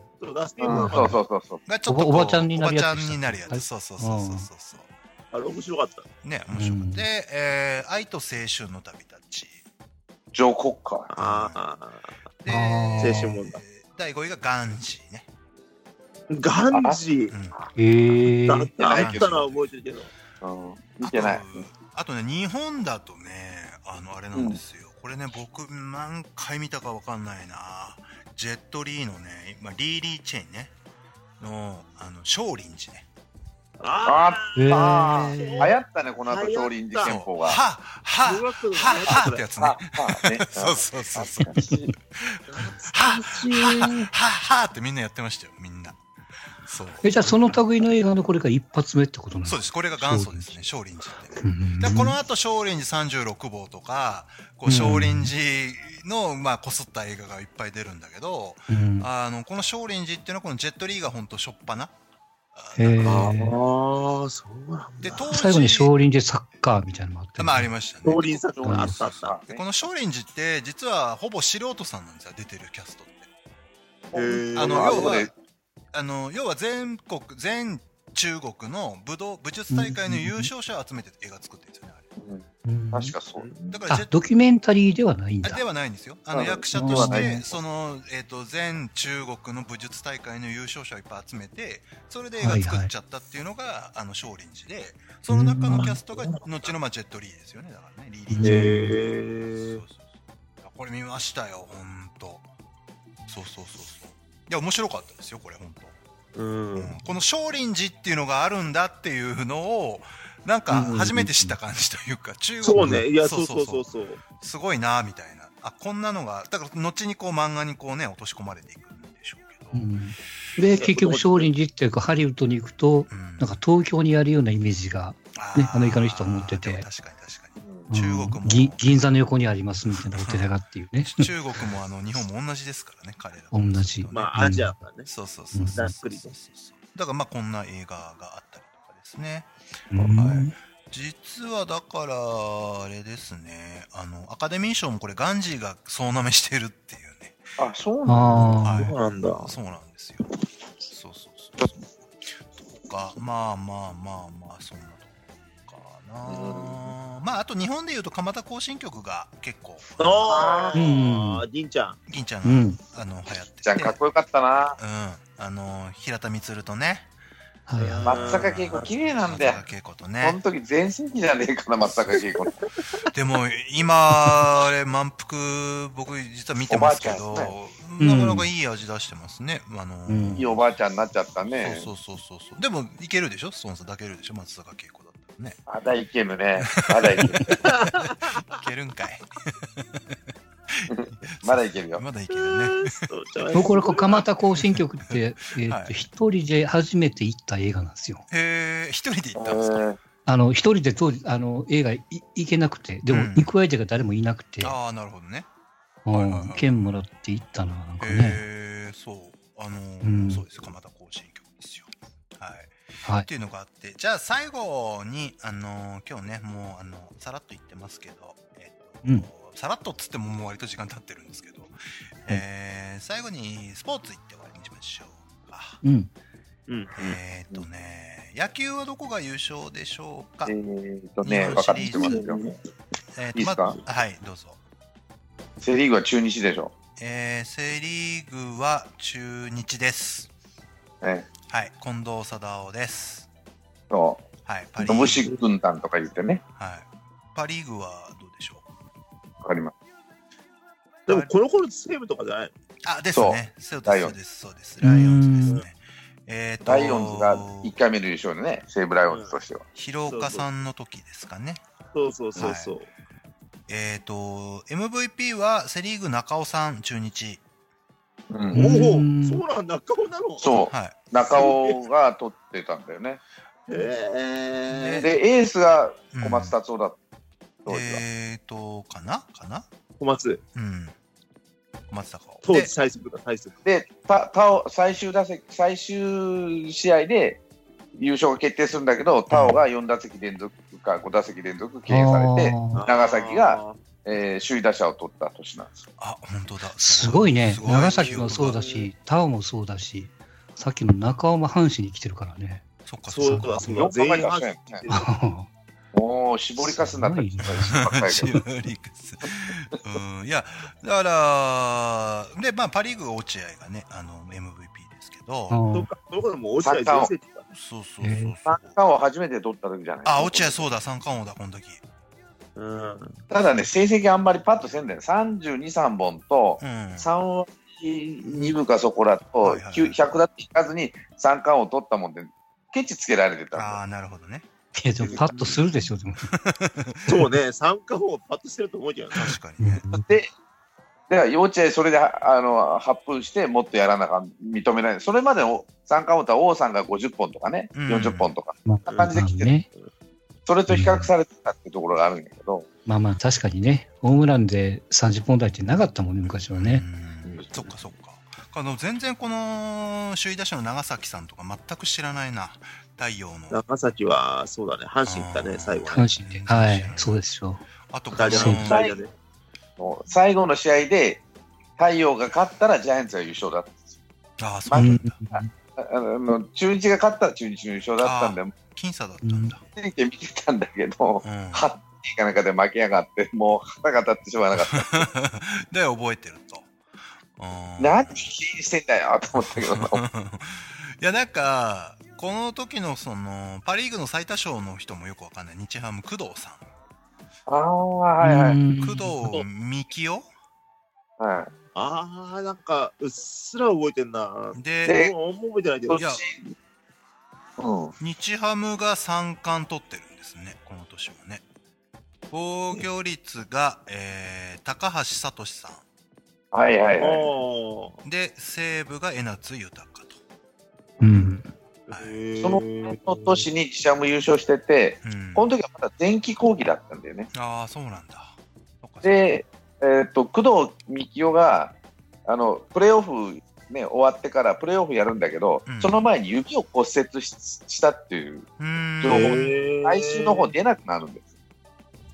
そうがちょっとおばちゃんになるやつ。 そう。 あれ面白かった。 ね、面白かった。で、愛と青春の旅たち。 ジョー・コッカー。 で、 青春もんだ。 第5位がガンジーね。 ガンジー。だってあったのは覚えてるけど。 見てない。 あとね、日本だとね、あれなんですよ。これね、僕何回見たかわかんないな。ジェットリーのね、リー・チェインね、の、少林寺ね。 流行ったね、この後少林寺拳法が。 はってやつね。そう。はってみんなやってましたよ、みんな。そう。 じゃあその類の映画のこれが一発目ってことなんですか？ そうです。これが元祖ですね、少林寺ってね。この後少林寺36号とか、少林寺の、まあ、こすった映画がいっぱい出るんだけど、この少林寺っていうのはこのジェットリーが本当しょっぱな、 そうなんだ。 で、 最後に少林寺サッカーみたいなのもあって。 まあありましたね。 少林サッカーあった。 この少林寺って実はほぼ素人さんなんですよ、出てるキャストって。要は全中国の武術大会の優勝者を集めて映画作ってるんですよね、あれ。 確かそう。 だからドキュメンタリーではないんだ。 ではないんですよ。役者として、全中国の武術大会の優勝者をいっぱい集めて、それで映画作っちゃったっていうのが、少林寺で、その中のキャストが、後のジェットリーですよね、だからね、リーリンジ。これ見ましたよ、ほんと。そう。いや、面白かったですよ、これ、ほんと。この少林寺っていうのがあるんだっていうのを、なんか初めて知った感じというか、中国そうね、いや、そう。 すごいなみたいな。こんなのが、だから後にこう漫画にこうね、落とし込まれていくんでしょうけど。で、結局少林寺っていうか、ハリウッドに行くと、なんか東京にあるようなイメージが、ね、アメリカの人は思ってて。 確かに。中国も。 銀座の横にありますみたいなお寺がっていうね。 中国も日本も同じですからね、彼ら。 同じ。 まあ、アジアだね。 そう。 ざっくりと。 だからまあ、こんな映画があったりとかですね。実はだからあれですね、アカデミー賞もこれガンジーが総なめしてるっていうね。 そうなんだ。 そうなんですよ。そう。とか、まあ、そんなとこかな。まあ、あと日本でいうと蒲田行進曲が結構。 銀ちゃんが流行ってて。 じゃあかっこよかったな。 平田充とね。 松坂慶子綺麗なんだよ。 松坂慶子とね。 この時全盛期じゃねえかな、松坂慶子。 でも今あれ満腹僕実は見てますけど、なかなかいい味出してますね。 いいおばあちゃんになっちゃったね。 そう。でもいけるでしょ、ストーンズ抱けるでしょ、松坂慶子だったらね。 まだいけるね。まだいける。 いけるんかい。 まだいけるよ。 まだいけるね。 僕ら蒲田行進曲って一人で初めて行った映画なんですよ。 一人で行ったんですか？ 一人で当時映画行けなくて、でも行く相手が誰もいなくて。 ああ、なるほどね。 券もらって行ったな、なんかね。 そう。そうです。蒲田行進曲ですよ。はい。っていうのがあって、じゃあ最後に今日ね、もうさらっと言ってますけど、さらっとっつってももう割と時間経ってるんですけど、最後にスポーツ行って終わりにしましょうか。野球はどこが優勝でしょうか？ 分かってますよ。いいですか？ はい、どうぞ。 セリーグは中日でしょ。 セリーグは中日です。はい、近藤貞夫です。 そう。はい、野茂軍団とか言ってね。 はい。パリーグはどうでしょう？ わかります。 でもこの頃西武とかじゃない？ ですね。そうです。ライオンズですね。 ライオンズが1回目の優勝でね、西武ライオンズとしては。 広岡さんの時ですかね。 そう。 MVP はセリーグ中尾さん、中日。 そうなんだ、中尾なの？ そう。中尾が取ってたんだよね。で、エースが小松達夫だった。 かな小松。 小松高尾。 当時最速。 で、最終試合で優勝が決定するんだけど、タオが4打席連続か5打席連続経営されて、長崎が首位打者を取った年なんですよ。 本当だ。 すごいね。長崎もそうだし、タオもそうだし、さっきの中尾も阪神に来てるからね。 そう。全員阪神に来てる。 もう絞りかすになったり絞りかす。いや、だから、で、まあ、パ・リーグが落合がね、MVP ですけど。 どこでも落合全盛期だ。 そう。 三冠王初めて取った時じゃない。 落合そうだ、三冠王だ、この時。 ただね、成績あんまりパッとせんだよ。32、3本と、3割2分かそこらと、100だって引かずに三冠王取ったもんで、ケチつけられてた。 なるほどね。 でもパッとするでしょ、でも。 そうね、三冠王パッとしてると思うけどね。 確かにね。 で、幼稚園それで発奮してもっとやらなか認めない。それまでの三冠王って王さんが50本とかね、40本とか、そんな感じで来てる。それと比較されてたっていうところがあるんだけど。 まあ確かにね、ホームランで30本台ってなかったもんね、昔はね。 そっか。 全然この首位打者の長崎さんとか全く知らないな。太陽の。 長崎は、そうだね。阪神行ったね、最後。 阪神で。はい、そうですよ。 あと、 最後の試合で、太陽が勝ったらジャイアンツが優勝だったんですよ。 ああ、そうなんだ。 中日が勝ったら中日の優勝だったんで、 僅差だったんだ。 見てたんだけど、8点かなんかで負け上がって、もう腹が立ってしまわなかった。 で、覚えてると。 何気にしてんだよと思ったけど。いや、なんか、この時のパ・リーグの最多勝の人もよくわかんない。日ハム、工藤さん。 はいはい。 工藤幹夫はい。 なんか、うっすら覚えてんな。 で、 もう覚えてないけど。いや、 日ハムが3冠取ってるんですね、この年はね。防御率が、高橋聡さん。 はいはいはい。で、西武が江夏豊と。 はい、その年に日ハム優勝してて、この時はまだ前期後期だったんだよね。 ああ、そうなんだ。 で、工藤幹夫がプレーオフ、ね、終わってからプレーオフやるんだけど、その前に指を骨折したっていう情報、来週の方出なくなるんです。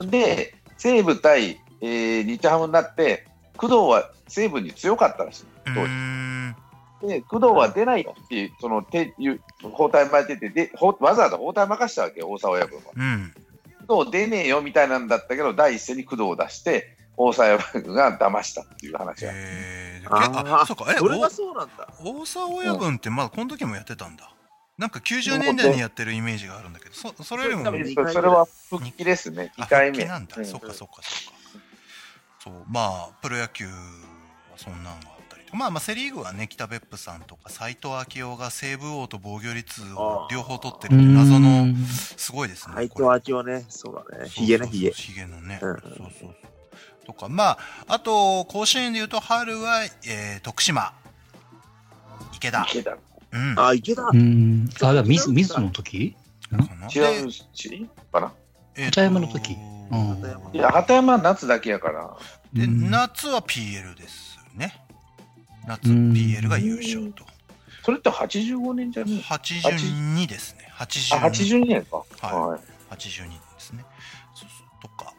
で、西武対、日ハムになって、工藤は西武に強かったらしい、当時。で、工藤は出ないっていう、包帯巻いてて、わざわざ包帯任したわけよ、大沢親分は。工藤出ねえよみたいなんだったけど、第一戦に工藤を出して、大沢親分が騙したっていう話が。 そうか、 それがそうなんだ。 大沢親分ってまだこの時もやってたんだ。なんか90年代にやってるイメージがあるんだけど、それよりも。 それは復帰ですね、2回目。 復帰なんだ。そうか。そう、まあ、プロ野球はそんなんがあったりとか。まあ、セリーグはね、北別府さんとか、斎藤昭夫がセーブ王と防御率を両方取ってるって謎の、すごいですね。 斎藤昭夫ね、そうだね。ヒゲね、ヒゲ。 ヒゲのね。そう。とか、まあ、あと、甲子園で言うと、春は、徳島、池田。 池田。 池田。水野の時違うしかな。 鳩山の時。 いや、鳩山は夏だけやから。 で、夏は PL ですね。夏 PL が優勝と。 それって85年じゃねえ ?82 ですね。 82年か。 はい。82年ですね。そうとか。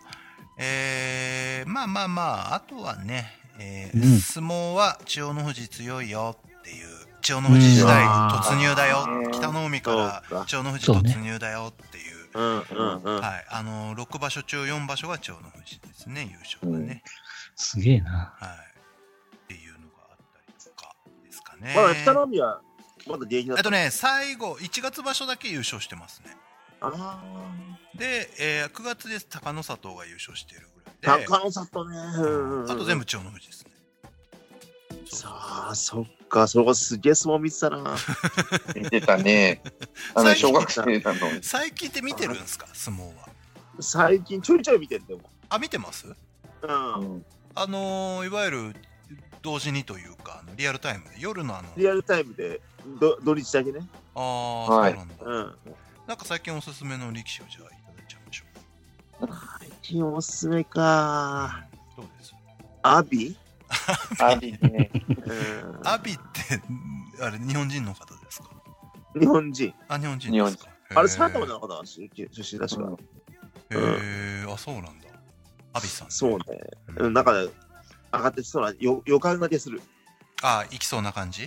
まあ、あとはね、相撲は千代の富士強いよっていう、千代の富士時代突入だよ。北の海から千代の富士突入だよっていう。はい。6場所中4場所が千代の富士ですね、優勝がね。 すげえな。 はい。っていうのがあったりとかですかね。 まだ北の海はまだ現役だった。 最後、1月場所だけ優勝してますね。で、9月です。高野里が優勝しているぐらいで。 高野里ね。 あと全部千代の富士ですね。 さあ、そっか、それがすげえ相撲見てたな。 見てたね。小学生なの。 最近って見てるんですか、相撲は。 最近ちょいちょい見てるでも。 見てます？ うん。 いわゆる同時にというか、リアルタイムで、夜のリアルタイムで、土日だけね。 そうなんだ。なんか最近おすすめの力士をじゃあいただいちゃいましょう。 最近おすすめか。 どうです？ アビね。 アビって、あれ、日本人の方ですか？ 日本人。 日本人ですか？ あれ、埼玉の方出身だしか。 そうなんだ。アビさん。 そうね。なんか、上がってそうな予感だけする。 行きそうな感じ？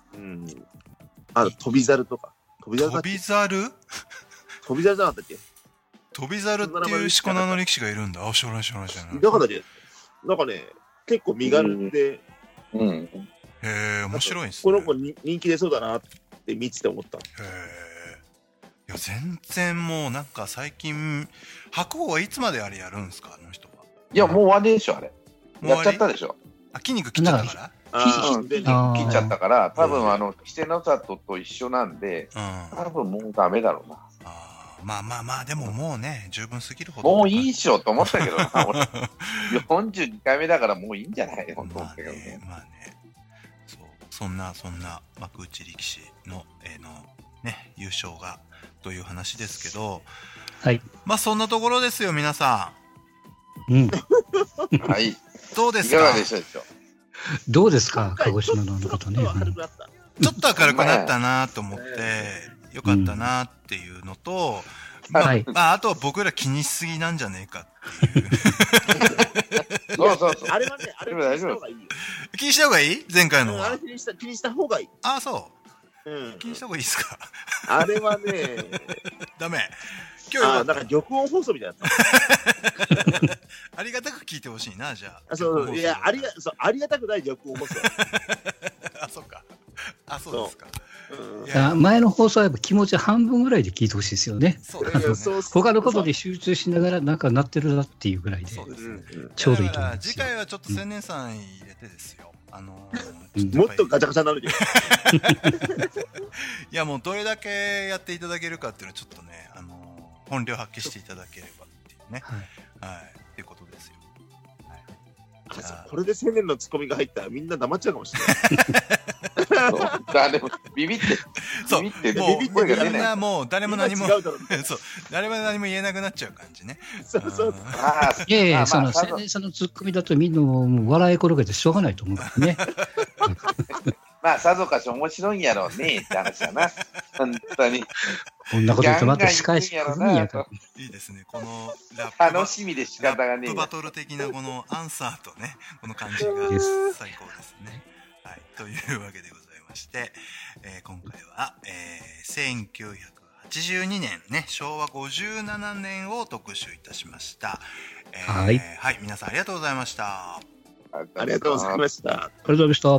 飛猿とか。 飛猿飛び猿じゃなかったっけ？ 飛び猿っていうしこ名の力士がいるんだ。知らない。 だからね、なんかね、結構身軽で。 面白いんですね。 この子人気出そうだなって見てて思った。 いや、全然もうなんか最近、白鵬はいつまであれやるんですか、あの人は。 いや、もう終わりでしょ、あれ。やっちゃったでしょ。 筋肉切っちゃったから切っちゃったから、多分稀勢の里と一緒なんで、多分もうダメだろうな。 まあ、でももうね、十分すぎるほど。 もういいっしょと思ったけどな、俺。42回目だからもういいんじゃないと思ったけどね。 まあね、そんな幕内力士のね、優勝がという話ですけど、 はい。 まあそんなところですよ、皆さん。はい。 どうですか？ いかがでしたでしょう？ どうですか、鹿児島の方ね。 ちょっと明るくなったなと思って、よかったなっていうのと、あとは僕ら気にしすぎなんじゃねえかっていう。 そう。あれはね、気にした方がいいよ。 気にした方がいい？前回のは。 あれ気にした方がいい。 あ、そう。気にした方がいいですか？ あれはね、 ダメ。 今日なんか玉音放送みたいな。 ありがたく聞いてほしいな、じゃあ。そう、いや、ありがたくない玉音放送。 あ、そっか。あ、そうですか。 前の放送はやっぱ気持ち半分ぐらいで聞いてほしいですよね。他のことで集中しながらなんかなってるなっていうぐらいで、ちょうどいいと思います。 次回はちょっと千年さん入れてですよ。 もっとガチャガチャになるよ。 いや、もうどれだけやっていただけるかっていうのはちょっとね、本領発揮していただければっていうね。はい。っていうことですよ。 これで1000年のツッコミが入ったらみんな黙っちゃうかもしれない。 でもビビって、 そう、もうみんなもう誰も何も、そう、誰も何も言えなくなっちゃう感じね。 そう。 いやいや、その青年さんのツッコミだとみんなもう笑い転げてしょうがないと思うからね。 まあさぞかし面白いんやろうねって話だな。本当に。 こんなこと言ってまた仕返し来るんやから。 いいですね。この楽しみで仕方がねえ。 ラップバトル的なこのアンサーとね、この感じが最高ですね。はい。というわけでございまして、今回は、1982年ね、昭和57年を特集いたしました。 はい。 はい。皆さんありがとうございました。 ありがとうございました。 ありがとうございました。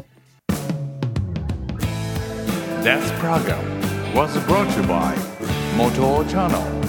This program was brought to you by Moto Channel.